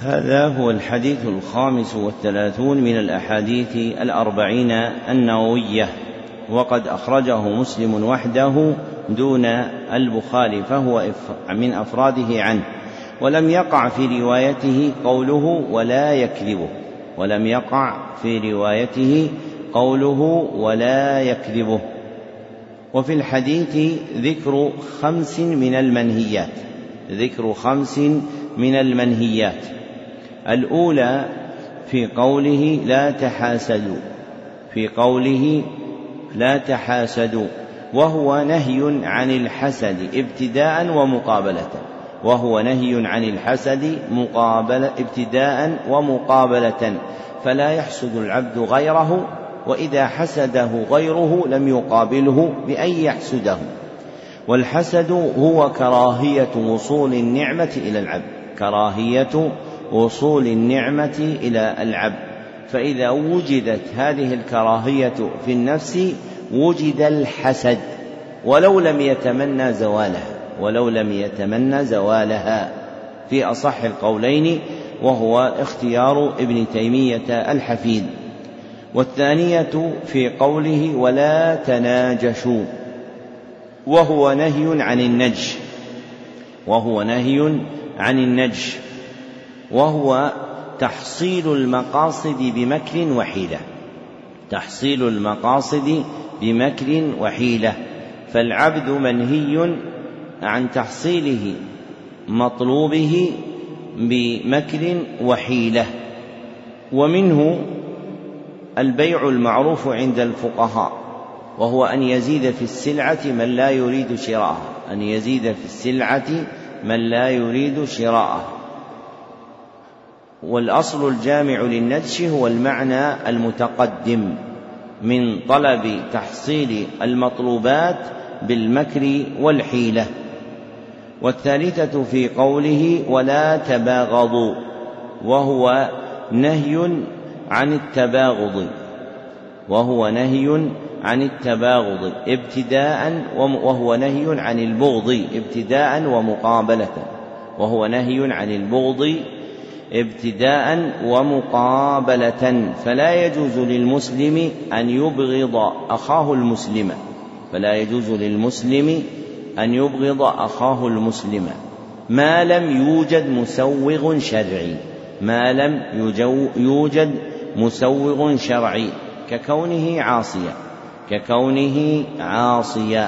[SPEAKER 1] هذا هو الحديث الخامس والثلاثون من الأحاديث الأربعين النووية، وقد أخرجه مسلم وحده دون البخاري، فهو من أفراده عنه، ولم يقع في روايته قوله ولا يكذبه، ولم يقع في روايته قوله ولا يكذبه. وفي الحديث ذكر خمس من المنهيات، ذكر خمس من المنهيات. الأولى في قوله لا تحاسدوا، في قوله لا تحاسدوا، وهو نهي عن الحسد ابتداء ومقابلة، وهو نهي عن الحسد مقابلة ابتداء ومقابلة، فلا يحسد العبد غيره، وإذا حسده غيره لم يقابله بأن يحسده. والحسد هو كراهية وصول النعمة إلى العبد، كراهية وصول النعمة إلى العبد، فإذا وجدت هذه الكراهية في النفس وجد الحسد، ولو لم يتمنى زوالها، ولو لم يتمنى زوالها في أصح القولين، وهو اختيار ابن تيمية الحفيد. والثانية في قوله ولا تناجشوا، وهو نهي عن النجش، وهو نهي عن النجش، وهو تحصيل المقاصد بمكر وحيلة، تحصيل المقاصد بمكر وحيلة، فالعبد منهي عن تحصيله مطلوبه بمكر وحيلة. ومنه البيع المعروف عند الفقهاء، وهو أن يزيد في السلعة من لا يريد شراءها، أن يزيد في السلعة من لا يريد شراءها. والأصل الجامع للنجش هو المعنى المتقدم من طلب تحصيل المطلوبات بالمكر والحيلة. والثالثة في قوله ولا تباغضوا، وهو نهي عن التباغض، وهو نهي عن التباغض ابتداء، وهو نهي عن البغض ابتداء ومقابلة، وهو نهي عن البغض ابتداء ومقابلة، فلا يجوز للمسلم أن يبغض أخاه المسلم، فلا يجوز للمسلم أن يبغض أخاه المسلم ما لم يوجد مسوغ شرعي، ما لم يوجد مسوغ شرعي ككونه عاصيا، ككونه عاصيا،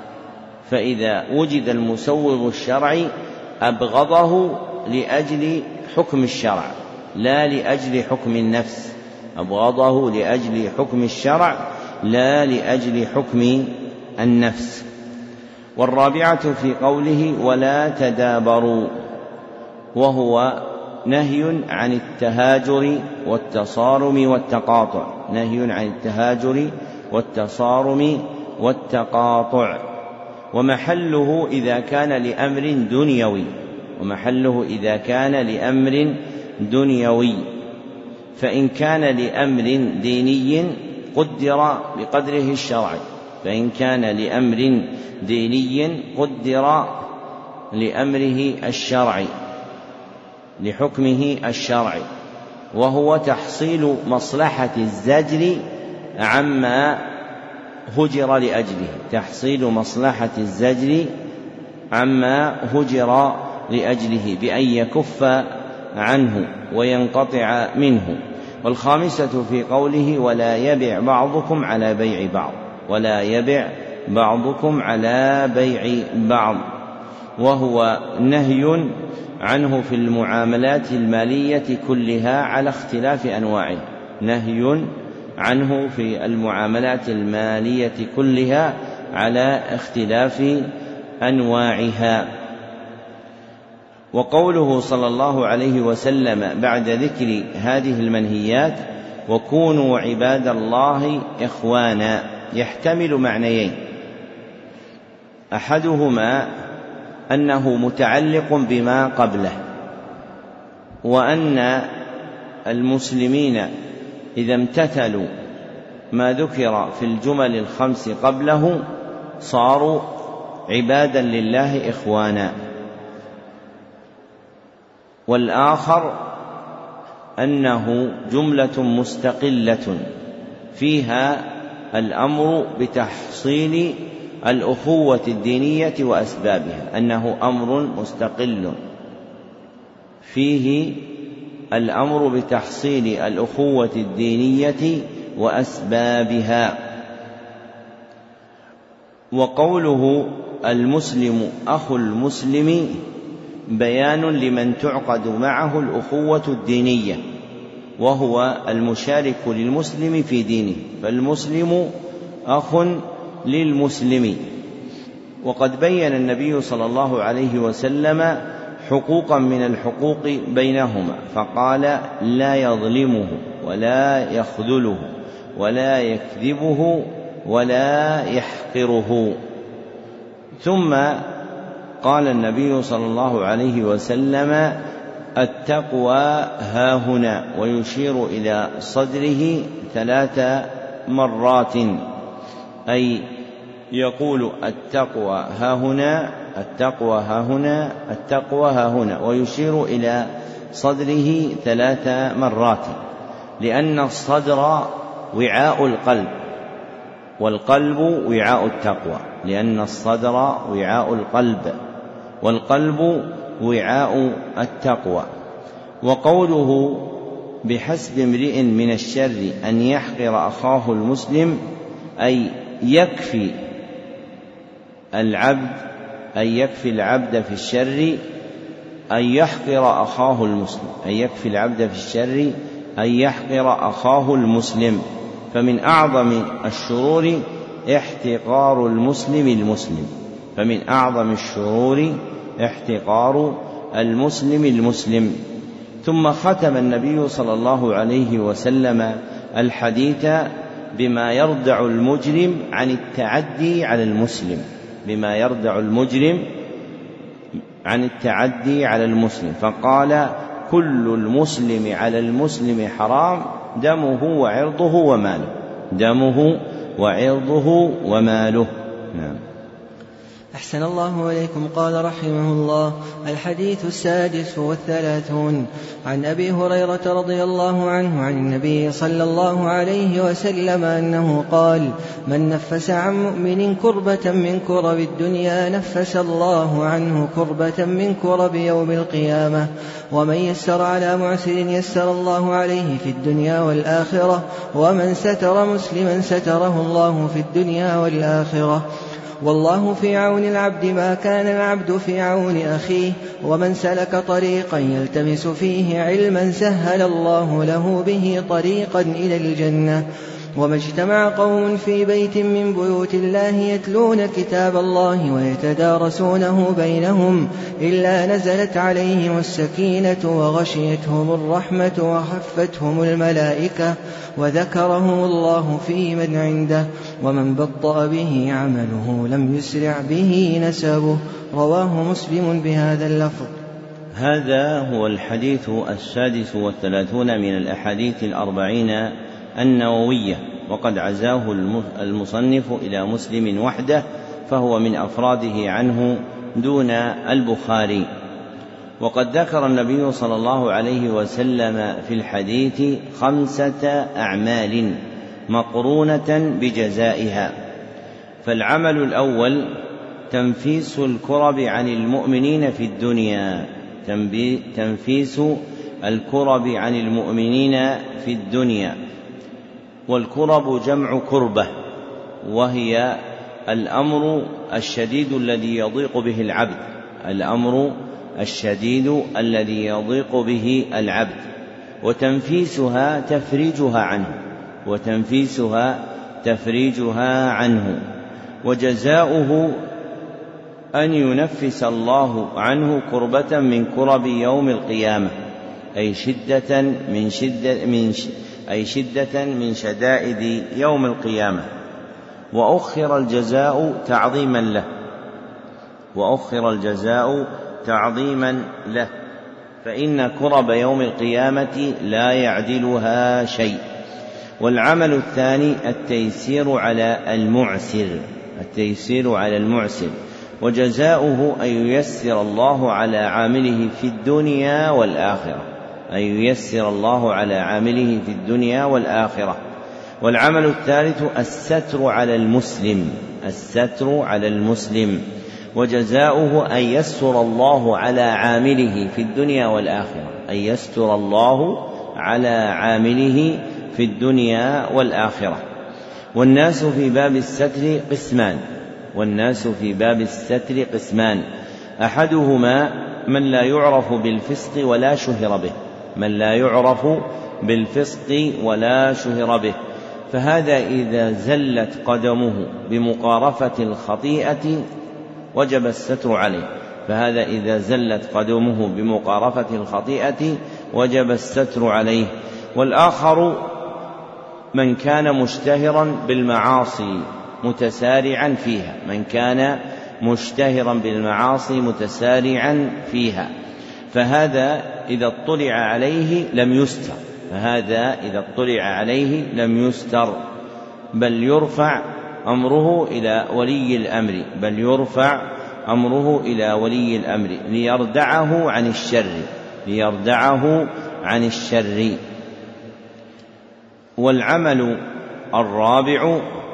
[SPEAKER 1] فإذا وجد المسوغ الشرعي أبغضه لأجل حكم الشرع لا لأجل حكم النفس، أبغضه لأجل حكم الشرع لا لأجل حكم النفس. والرابعة في قوله ولا تدابروا، وهو نهي عن التهاجر والتصارم والتقاطع، نهي عن التهاجر والتصارم والتقاطع، ومحله إذا كان لأمر دنيوي، ومحله إذا كان لأمر دنيوي، فإن كان لأمر ديني قدر بقدره الشرعي، فإن كان لأمر ديني قدر لأمره الشرعي، لحكمه الشرعي، وهو تحصيل مصلحة الزجر عما هجر لأجله، تحصيل مصلحة الزجر عما هجر لأجله بأن يكف عنه وينقطع منه. والخامسة في قوله ولا يبع بعضكم على بيع بعض، ولا يبع بعضكم على بيع بعض، وهو نهي عنه في المعاملات المالية كلها على اختلاف أنواعه، نهي عنه في المعاملات المالية كلها على اختلاف أنواعها. وقوله صلى الله عليه وسلم بعد ذكر هذه المنهيات وكونوا عباد الله إخوانا، يحتمل معنيين، أحدهما أنه متعلق بما قبله، وأن المسلمين إذا امتثلوا ما ذكر في الجمل الخمس قبله صاروا عبادا لله إخوانا. والآخر أنه جملة مستقلة فيها الأمر بتحصيل الأخوة الدينية وأسبابها، أنه أمر مستقل فيه الأمر بتحصيل الأخوة الدينية وأسبابها. وقوله المسلم أخو المسلم بيان لمن تعقد معه الأخوة الدينية، وهو المشارك للمسلم في دينه، فالمسلم أخ للمسلم. وقد بين النبي صلى الله عليه وسلم حقوقا من الحقوق بينهما، فقال: لا يظلمه ولا يخذله ولا يكذبه ولا يحقره. ثم قال النبي صلى الله عليه وسلم: التقوى هاهنا، ويشير إلى صدره ثلاث مرات، أي يقول التقوى هاهنا التقوى هاهنا التقوى هاهنا، ويشير إلى صدره ثلاث مرات، لأن الصدر وعاء القلب، والقلب وعاء التقوى، لأن الصدر وعاء القلب والقلب وعاء التقوى. وقوله: بحسب امرئ من الشر أن يحقر أخاه المسلم، أي يكفي العبد أن يكفي العبد في الشر أن يحقر أخاه المسلم أن يكفي العبد في الشر أن يحقر أخاه المسلم. فمن أعظم الشرور احتقار المسلم المسلم فمن أعظم الشرور احتقار المسلم المسلم. ثم ختم النبي صلى الله عليه وسلم الحديث بما يردع المجرم عن التعدي على المسلم بما يردع المجرم عن التعدي على المسلم فقال: كل المسلم على المسلم حرام، دمه وعرضه وماله دمه وعرضه وماله. نعم.
[SPEAKER 2] أحسن الله عليكم. قال رحمه الله: الحديث السادس والثلاثون. عن أبي هريرة رضي الله عنه عن النبي صلى الله عليه وسلم أنه قال: من نفس عن مؤمن كربة من كرب الدنيا نفس الله عنه كربة من كرب يوم القيامة، ومن يسر على معسر يسر الله عليه في الدنيا والآخرة، ومن ستر مسلما ستره الله في الدنيا والآخرة. والله في عون العبد ما كان العبد في عون أخيه، ومن سلك طريقا يلتمس فيه علما سهل الله له به طريقا إلى الجنة. وما اجتمع قوم في بيت من بيوت الله يتلون كتاب الله ويتدارسونه بينهم إلا نزلت عليهم السكينة وغشيتهم الرحمة وحفتهم الملائكة وذكرهم الله في من عنده، ومن بطأ به عمله لم يسرع به نسبه. رواه مسلم بهذا اللفظ.
[SPEAKER 1] هذا هو الحديث السادس والثلاثون من الأحاديث الأربعين النووية، وقد عزاه المصنف إلى مسلم وحده، فهو من أفراده عنه دون البخاري. وقد ذكر النبي صلى الله عليه وسلم في الحديث خمسة أعمال مقرونة بجزائها. فالعمل الأول تنفيس الكرب عن المؤمنين في الدنيا تنفيس الكرب عن المؤمنين في الدنيا والكرب جمع كربة، وهي الأمر الشديد الذي يضيق به العبد الأمر الشديد الذي يضيق به العبد وتنفيسها تفريجها عنه وتنفيسها تفريجها عنه وجزاؤه أن ينفس الله عنه كربة من كرب يوم القيامة، أي شدة من شدة من ش... أي شدة من شدائد يوم القيامة. وأخر الجزاء تعظيما له وأخر الجزاء تعظيما له فإن كرب يوم القيامة لا يعدلها شيء. والعمل الثاني التيسير على المعسر التيسير على المعسر وجزاؤه أن ييسر الله على عامله في الدنيا والآخرة أن ييسر الله على عامله في الدنيا والآخرة. والعمل الثالث الستر على المسلم الستر على المسلم وجزاؤه أن يستر الله على عامله في الدنيا والآخرة أن يستر الله على عامله في الدنيا والآخرة. والناس في باب الستر قسمان والناس في باب الستر قسمان أحدهما من لا يعرف بالفسق ولا شهر به من لا يعرف بالفسق ولا شهر به فهذا إذا زلت قدمه بمقارفة الخطيئة وجب الستر عليه فهذا إذا زلت قدمه بمقارفة الخطيئة وجب الستر عليه. والآخر من كان مشتهرا بالمعاصي متسارعا فيها من كان مشتهرا بالمعاصي متسارعا فيها فهذا إذا اطلع عليه لم يستر فهذا إذا اطلع عليه لم يستر بل يرفع أمره إلى ولي الأمر بل يرفع أمره إلى ولي الأمر ليردعه عن الشر ليردعه عن الشر. والعمل الرابع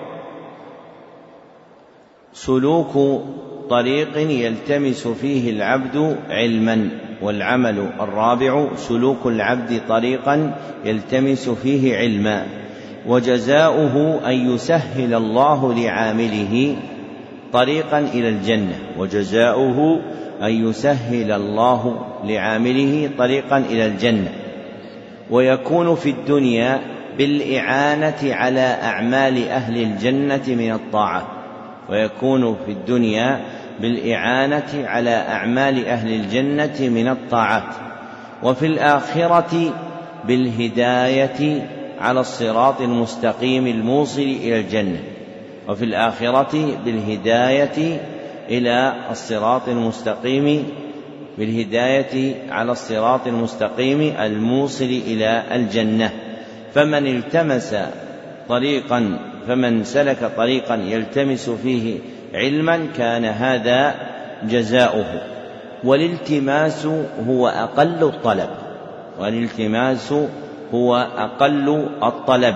[SPEAKER 1] سلوك طريق يلتمس فيه العبد علما والعمل الرابع سلوك العبد طريقا يلتمس فيه علما وجزاؤه أن يسهل الله لعامله طريقا إلى الجنة وجزاؤه أن يسهل الله لعامله طريقا إلى الجنة ويكون في الدنيا بالإعانة على أعمال أهل الجنة من الطاعة ويكون في الدنيا بالإعانة على أعمال أهل الجنة من الطاعات وفي الآخرة بالهداية على الصراط المستقيم الموصل إلى الجنة وفي الآخرة بالهداية إلى الصراط المستقيم بالهداية على الصراط المستقيم الموصل إلى الجنة. فمن التمس طريقا فمن سلك طريقا يلتمس فيه علما كان هذا جزاؤه. والالتماس هو أقل الطلب والالتماس هو أقل الطلب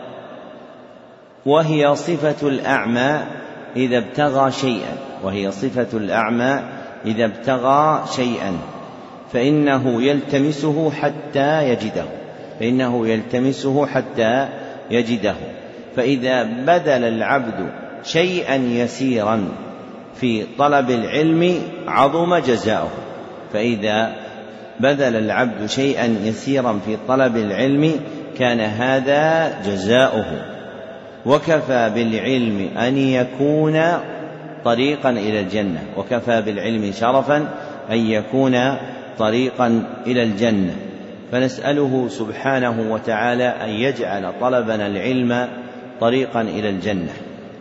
[SPEAKER 1] وهي صفة الأعمى إذا ابتغى شيئا وهي صفة الأعمى إذا ابتغى شيئا فإنه يلتمسه حتى يجده فإنه يلتمسه حتى يجده فإذا بذل العبد شيئا يسيرا في طلب العلم عظم جزاؤه فإذا بذل العبد شيئا يسيرا في طلب العلم كان هذا جزاؤه. وكفى بالعلم أن يكون طريقا إلى الجنة وكفى بالعلم شرفا أن يكون طريقا إلى الجنة فنسأله سبحانه وتعالى أن يجعل طلبنا العلم طريقا إلى الجنة.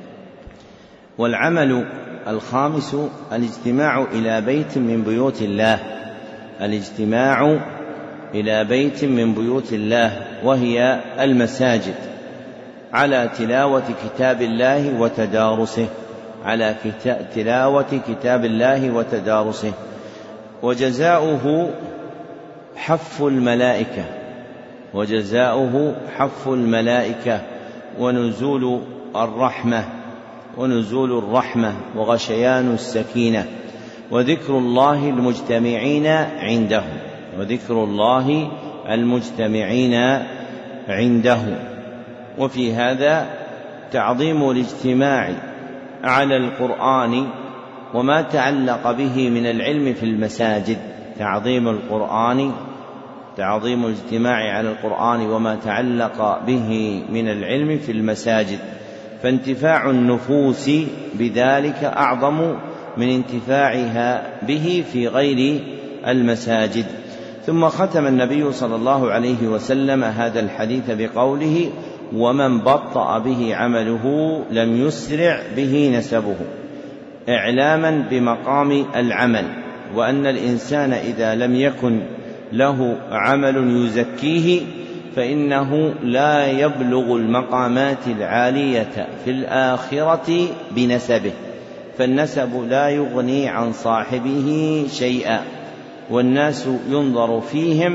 [SPEAKER 1] والعمل الخامس الاجتماع إلى بيت من بيوت الله الاجتماع إلى بيت من بيوت الله وهي المساجد على تلاوة كتاب الله وتدارسه على تلاوة كتاب الله وتدارسه وجزاؤه حف الملائكة وجزاؤه حف الملائكة ونزول الرحمة ونزول الرحمة وغشيان السكينة وذكر الله المجتمعين عنده وذكر الله المجتمعين عنده. وفي هذا تعظيم الاجتماع على القرآن وما تعلق به من العلم في المساجد تعظيم القرآن تعظيم الاجتماع على القرآن وما تعلق به من العلم في المساجد فانتفاع النفوس بذلك أعظم من انتفاعها به في غير المساجد. ثم ختم النبي صلى الله عليه وسلم هذا الحديث بقوله ومن بطأ به عمله لم يسرع به نسبه إعلاما بمقام العمل وأن الإنسان إذا لم يكن له عمل يزكيه فإنه لا يبلغ المقامات العالية في الآخرة بنسبه فالنسب لا يغني عن صاحبه شيئا والناس ينظر فيهم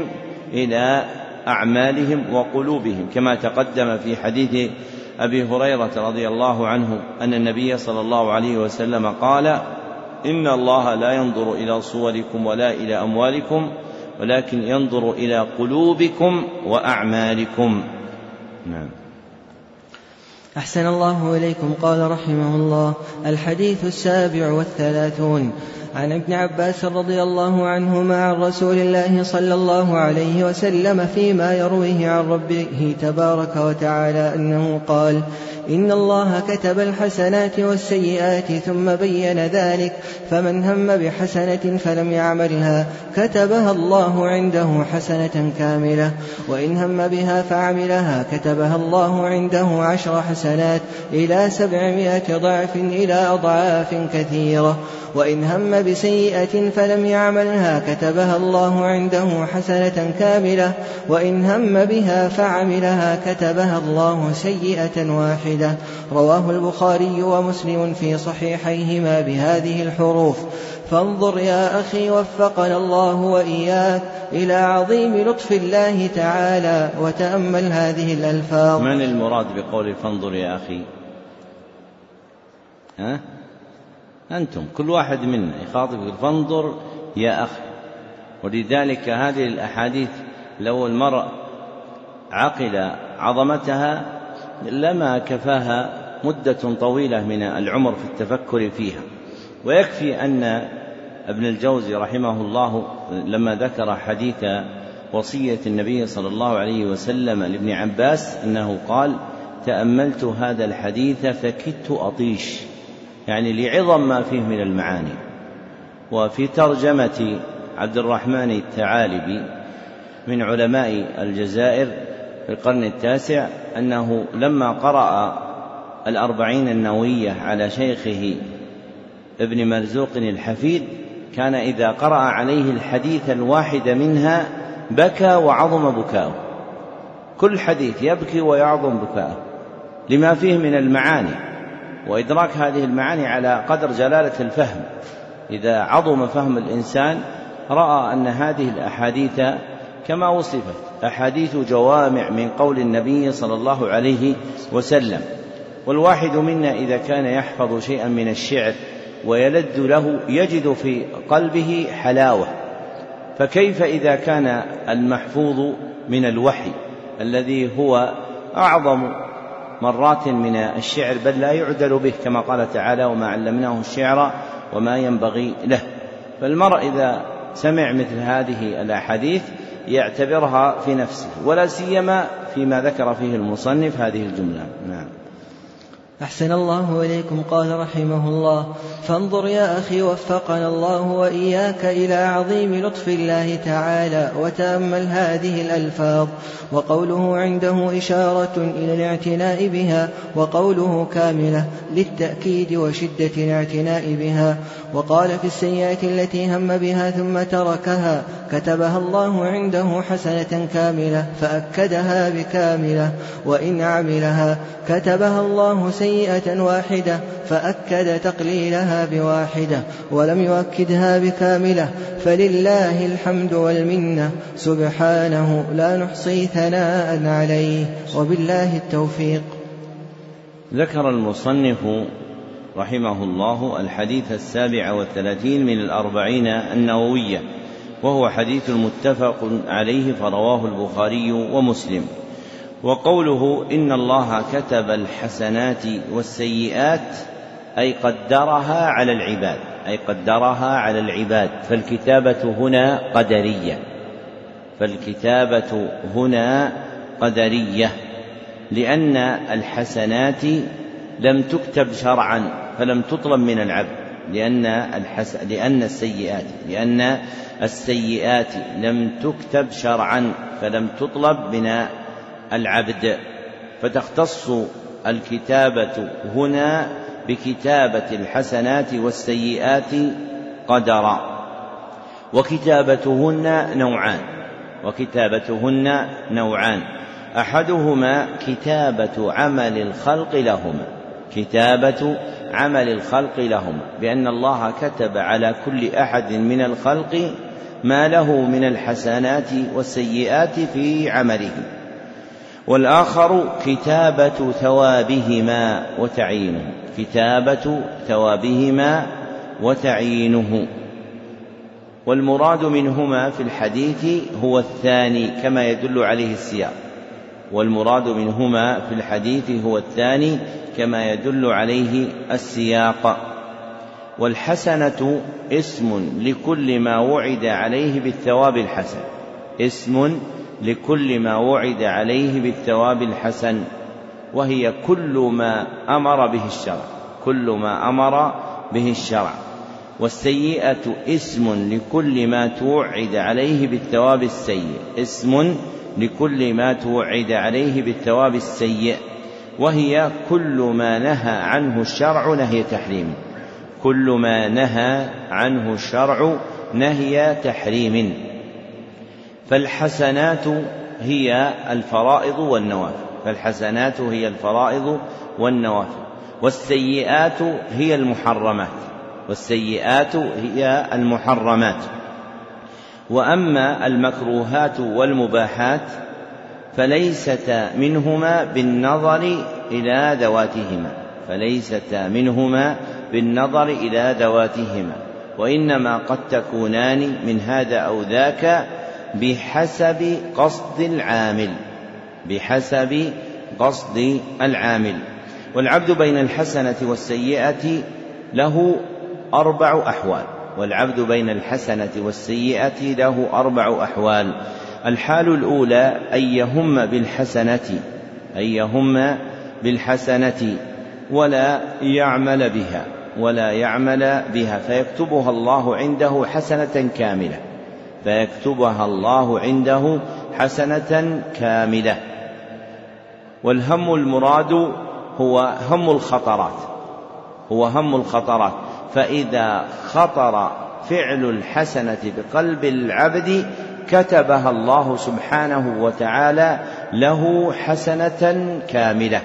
[SPEAKER 1] إلى أعمالهم وقلوبهم، كما تقدم في حديث أبي هريرة رضي الله عنه أن النبي صلى الله عليه وسلم قال: إن الله لا ينظر إلى صوركم ولا إلى أموالكم ولكن ينظر إلى قلوبكم وأعمالكم. نعم.
[SPEAKER 2] أحسن الله إليكم. قال رحمه الله: الحديث السابع والثلاثون عن ابن عباس رضي الله عنهما عن رسول الله صلى الله عليه وسلم فيما يرويه عن ربه تبارك وتعالى أنه قال: إن الله كتب الحسنات والسيئات ثم بين ذلك، فمن هم بحسنة فلم يعملها كتبها الله عنده حسنة كاملة، وإن هم بها فعملها كتبها الله عنده عشر حسنات إلى سبعمائة ضعف إلى أضعاف كثيرة، وإن هم بسيئة فلم يعملها كتبها الله عنده حسنة كاملة، وإن هم بها فعملها كتبها الله سيئة واحدة. رواه البخاري ومسلم في صحيحيهما بهذه الحروف: فانظر يا أخي وفقنا الله وإياك إلى عظيم لطف الله تعالى، وتأمل هذه الألفاظ.
[SPEAKER 1] من المراد بقول فانظر يا أخي؟ ها؟ أنتم كل واحد منا يخاطب فانظر يا أخي. ولذلك هذه الأحاديث لو المرء عقل عظمتها لما كفاها مدة طويلة من العمر في التفكر فيها. ويكفي أن ابن الجوزي رحمه الله لما ذكر حديث وصية النبي صلى الله عليه وسلم لابن عباس أنه قال: تأملت هذا الحديث فكدت أطيش، يعني لعظم ما فيه من المعاني. وفي ترجمة عبد الرحمن الثعالبي من علماء الجزائر في القرن التاسع أنه لما قرأ الأربعين النووية على شيخه ابن مرزوق الحفيد كان إذا قرأ عليه الحديث الواحد منها بكى وعظم بكاؤه، كل حديث يبكي ويعظم بكاؤه لما فيه من المعاني وإدراك هذه المعاني على قدر جلالة الفهم. إذا عظم فهم الإنسان رأى أن هذه الأحاديث كما وصفت أحاديث جوامع من قول النبي صلى الله عليه وسلم. والواحد منا إذا كان يحفظ شيئا من الشعر ويلد له يجد في قلبه حلاوة، فكيف إذا كان المحفوظ من الوحي الذي هو أعظم مرات من الشعر بل لا يعدل به، كما قال تعالى: وما علمناه الشعر وما ينبغي له. فالمرء إذا سمع مثل هذه الأحاديث يعتبرها في نفسه، ولا سيما فيما ذكر فيه المصنف هذه الجملة. نعم.
[SPEAKER 2] أحسن الله إليكم. قال رحمه الله: فانظر يا أخي وفقنا الله وإياك إلى عظيم لطف الله تعالى، وتأمل هذه الألفاظ. وقوله عنده إشارة إلى الاعتناء بها، وقوله كاملة للتأكيد وشدة الاعتناء بها. وقال في السيئات التي هم بها ثم تركها كتبها الله عنده حسنة كاملة، فأكدها بكاملة. وإن عملها كتبها الله سيئة واحدة، فأكد تقليلها بواحدة ولم يؤكدها بكاملة. فلله الحمد والمنة سبحانه لا نحصي ثناء عليه، وبالله التوفيق.
[SPEAKER 1] ذكر المصنف رحمه الله الحديث السابع والثلاثين من الأربعين النووية، وهو حديث متفق عليه فرواه البخاري ومسلم. وقوله إن الله كتب الحسنات والسيئات أي قدرها على العباد، أي قدرها على العباد. فالكتابة هنا قدرية، فالكتابة هنا قدرية، لأن الحسنات لم تكتب شرعا فلم تطلب من العبد، لأن الحس... لأن السيئات لأن السيئات لم تكتب شرعا فلم تطلب من العبد، فتختص الكتابة هنا بكتابة الحسنات والسيئات قدرا. وكتابتهن نوعان وكتابتهن نوعان أحدهما كتابة عمل الخلق لهما كتابة عمل الخلق لهما بأن الله كتب على كل أحد من الخلق ما له من الحسنات والسيئات في عمله. والآخر كتابة ثوابهما وتعيينه، كتابة ثوابهما وتعيينه. والمراد منهما في الحديث هو الثاني كما يدل عليه السياق، والمراد منهما في الحديث هو الثاني كما يدل عليه السياق. والحسنة اسم لكل ما وعد عليه بالثواب الحسن، اسم لكل ما وعد عليه بالثواب الحسن، وهي كل ما أمر به الشرع، كل ما أمر به الشرع. والسيئة اسم لكل ما توعد عليه بالثواب السيء، اسم لكل ما توعد عليه بالثواب السيء، وهي كل ما نهى عنه الشرع نهي تحريم، كل ما نهى عنه الشرع نهي تحريم. فالحسنات هي الفرائض والنوافل، فالحسنات هي الفرائض والنوافل. والسيئات هي المحرمات، والسيئات هي المحرمات. وأما المكروهات والمباحات فليست منهما بالنظر إلى ذواتهما، فليست منهما بالنظر إلى ذواتهما، وإنما قد تكونان من هذا أو ذاك بحسب قصد العامل، بحسب قصد العامل. والعبد بين الحسنة والسيئة له أربع أحوال، والعبد بين الحسنة والسيئة له أربع أحوال. الحال الأولى أن يهم بالحسنة، أن يهم بالحسنة ولا يعمل بها، ولا يعمل بها فيكتبها الله عنده حسنة كاملة، فيكتبها الله عنده حسنة كاملة. والهم المراد هو هم الخطرات، هو هم الخطرات، فإذا خطر فعل الحسنة بقلب العبد كتبها الله سبحانه وتعالى له حسنة كاملة.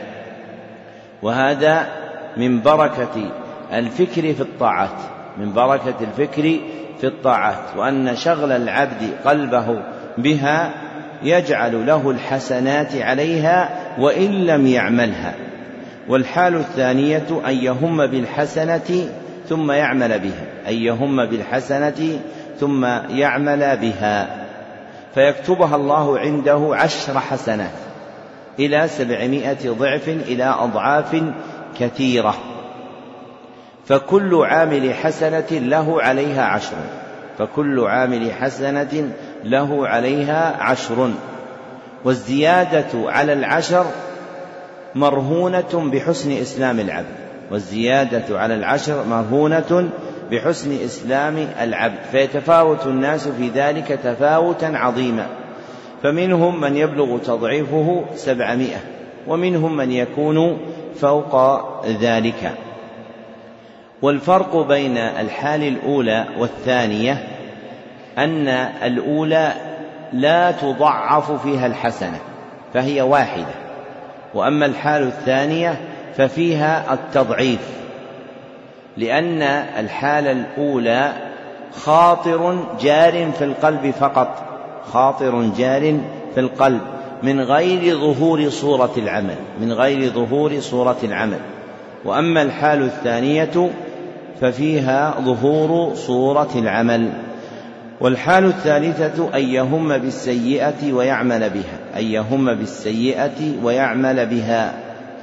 [SPEAKER 1] وهذا من بركة الفكر في الطاعات، من بركة الفكر في الطاعات، وأن شغل العبد قلبه بها يجعل له الحسنات عليها وإن لم يعملها. والحال الثانية أن يهم بالحسنة ثم يعمل بها، أن يهم بالحسنة ثم يعمل بها فيكتبها الله عنده عشر حسنات إلى سبعمائة ضعف، إلى أضعاف كثيرة، فكل عامل حسنة له عليها عشر، فكل عامل حسنة له عليها عشر. والزيادة على العشر مرهونة بحسن إسلام العبد، والزيادة على العشر مرهونة بحسن إسلام العبد، فيتفاوت الناس في ذلك تفاوتا عظيما، فمنهم من يبلغ تضعيفه سبعمائة، ومنهم من يكون فوق ذلك. والفرق بين الحال الأولى والثانية أن الأولى لا تضعف فيها الحسنة فهي واحدة، وأما الحال الثانية ففيها التضعيف، لأن الحالة الأولى خاطر جار في القلب فقط، خاطر جار في القلب من غير ظهور صورة العمل، من غير ظهور صورة العمل. وأما الحال الثانية ففيها ظهور صورة العمل. والحال الثالثة أن يهم بالسيئة ويعمل بها، أن يهم بالسيئة ويعمل بها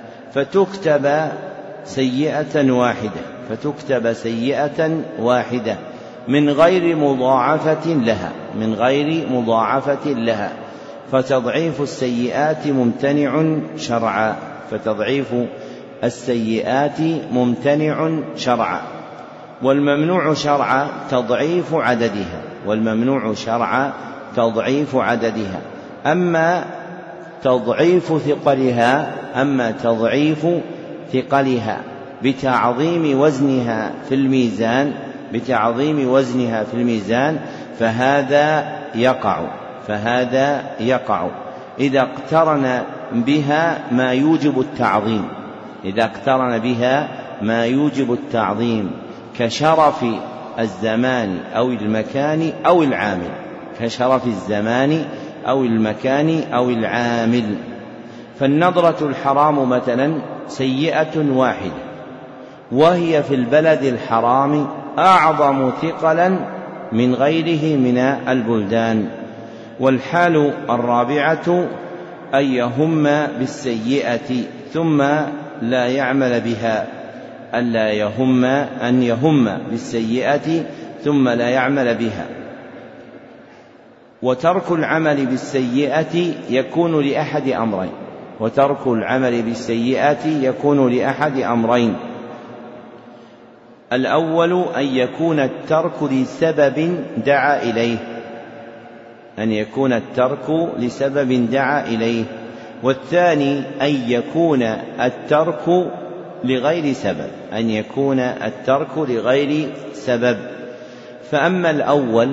[SPEAKER 1] فتكتب سيئة واحدة، فتكتب سيئة واحدة من غير مضاعفة لها، من غير مضاعفة لها، فتضعيف السيئات ممتنع شرعا، فتضعيف السيئات ممتنع شرعا. والممنوع شرعا تضعيف عددها، والممنوع شرعا تضعيف عددها. أما تضعيف ثقلها، أما تضعيف ثقلها بتعظيم وزنها في الميزان، بتعظيم وزنها في الميزان فهذا يقع، فهذا يقع إذا اقترن بها ما يوجب التعظيم، إذا اقترن بها ما يوجب التعظيم كشرف
[SPEAKER 3] الزمان أو المكان أو العامل، كشرف الزمان أو المكان أو العامل. فالنظرة الحرام مثلا سيئة واحدة، وهي في البلد الحرام أعظم ثقلا من غيره من البلدان. والحال الرابعة أن يهم بالسيئة ثم لا يعمل بها، ألا يهم أن يهم بالسيئة ثم لا يعمل بها. وترك العمل بالسيئة يكون لأحد أمرين وترك العمل بالسيئة يكون لأحد أمرين الأول أن يكون الترك لسبب دعا إليه أن يكون الترك لسبب دعا إليه والثاني أن يكون الترك لغير سبب أن يكون الترك لغير سبب. فأما الأول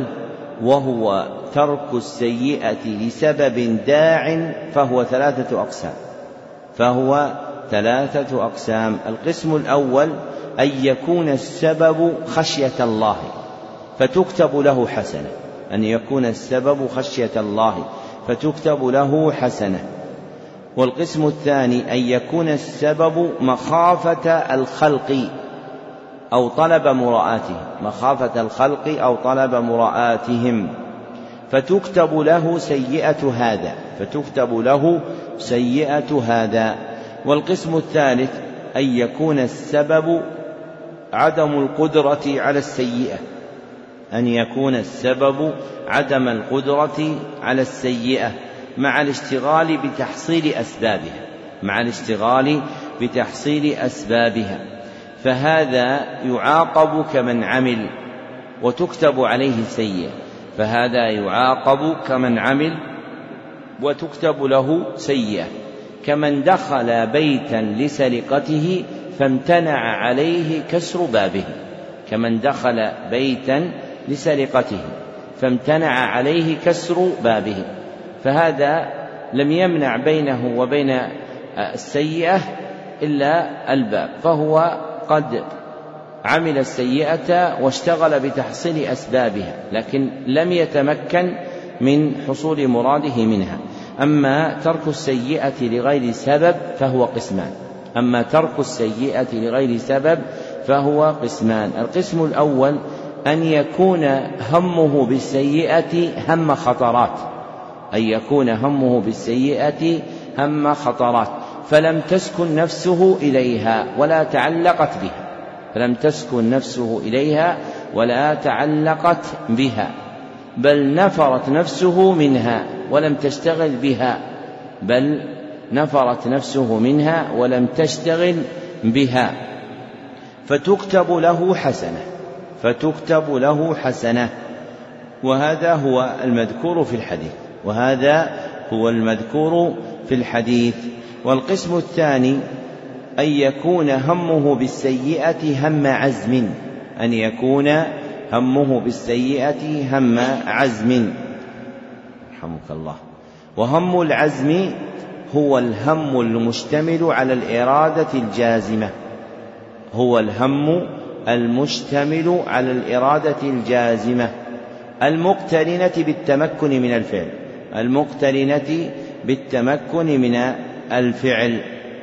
[SPEAKER 3] وهو ترك السيئة لسبب داع فهو ثلاثة أقسام فهو ثلاثة أقسام القسم الأول أن يكون السبب خشية الله فتكتب له حسنة أن يكون السبب خشية الله فتكتب له حسنة. والقسم الثاني أن يكون السبب مخافة الخلق أو طلب مراءاته مخافة الخلق أو طلب مراءاتهم فتكتب له سيئة هذا فتكتب له سيئة هذا. والقسم الثالث أن يكون السبب عدم القدرة على السيئة أن يكون السبب عدم القدرة على السيئة مع الاشتغال بتحصيل أسبابها مع الاشتغال بتحصيل أسبابها فهذا يعاقب كمن عمل وتكتب عليه سيئة فهذا يعاقب كمن عمل وتكتب له سيئة كمن دخل بيتا لسرقته فامتنع عليه كسر بابه كمن دخل بيتا لسرقته فامتنع عليه كسر بابه فهذا لم يمنع بينه وبين السيئة إلا الباب فهو قد عمل السيئة واشتغل بتحصيل أسبابها لكن لم يتمكن من حصول مراده منها. أما ترك السيئة لغير سبب فهو قسمان أما ترك السيئة لغير سبب فهو قسمان القسم الأول أن يكون همه بالسيئة هم خطرات أن يكون همه بالسيئة هم خطرات فلم تسكن نفسه إليها ولا تعلقت بها فلم تسكن نفسه إليها ولا تعلقت بها بل نفرت نفسه منها ولم تشتغل بها بل نفرت نفسه منها ولم تشتغل بها فتكتب له حسنة فتكتب له حسنة وهذا هو المذكور في الحديث وهذا هو المذكور في الحديث. والقسم الثاني أن يكون همه بالسيئة هم عزم أن يكون همه بالسيئة هم عزم رحمك الله. وهم العزم هو الهم المشتمل على الإرادة الجازمة هو الهم المشتمل على الإرادة الجازمة المقترنة بالتمكن من الفعل المقترنة بالتمكن من الفعل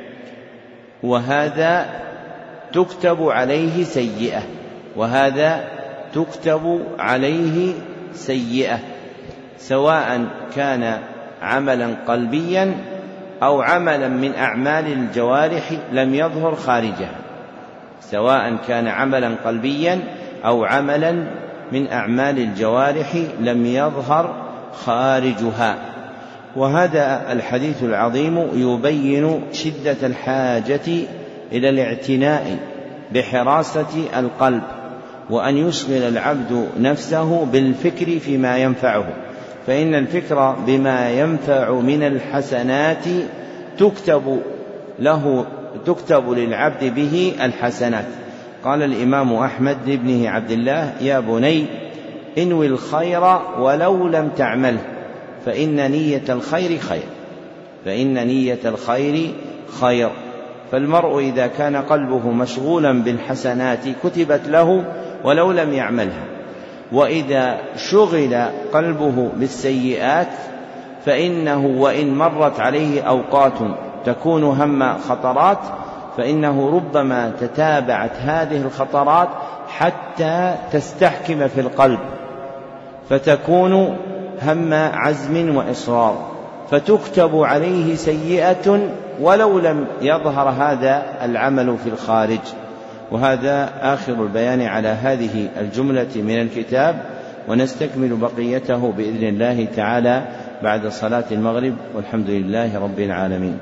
[SPEAKER 3] وهذا تكتب عليه سيئة وهذا تكتب عليه سيئة سواء كان عملا قلبيا أو عملا من أعمال الجوارح لم يظهر خارجها سواء كان عملا قلبيا أو عملا من أعمال الجوارح لم يظهر خارجها. وهذا الحديث العظيم يبين شدة الحاجة إلى الاعتناء بحراسة القلب وأن يشغل العبد نفسه بالفكر فيما ينفعه فإن الفكر بما ينفع من الحسنات تكتب له تكتب للعبد به الحسنات. قال الإمام أحمد لابنه عبد الله يا بني انوي الخير ولو لم تعمله فإن نية الخير خير فإن نية الخير خير. فالمرء إذا كان قلبه مشغولا بالحسنات كتبت له ولو لم يعملها. وإذا شغل قلبه بالسيئات فإنه وإن مرت عليه أوقات تكون هم خطرات فإنه ربما تتابعت هذه الخطرات حتى تستحكم في القلب فتكون هم عزم وإصرار، فتكتب عليه سيئة ولو لم يظهر هذا العمل في الخارج. وهذا آخر البيان على هذه الجملة من الكتاب، ونستكمل بقيته بإذن الله تعالى بعد صلاة المغرب، والحمد لله رب العالمين.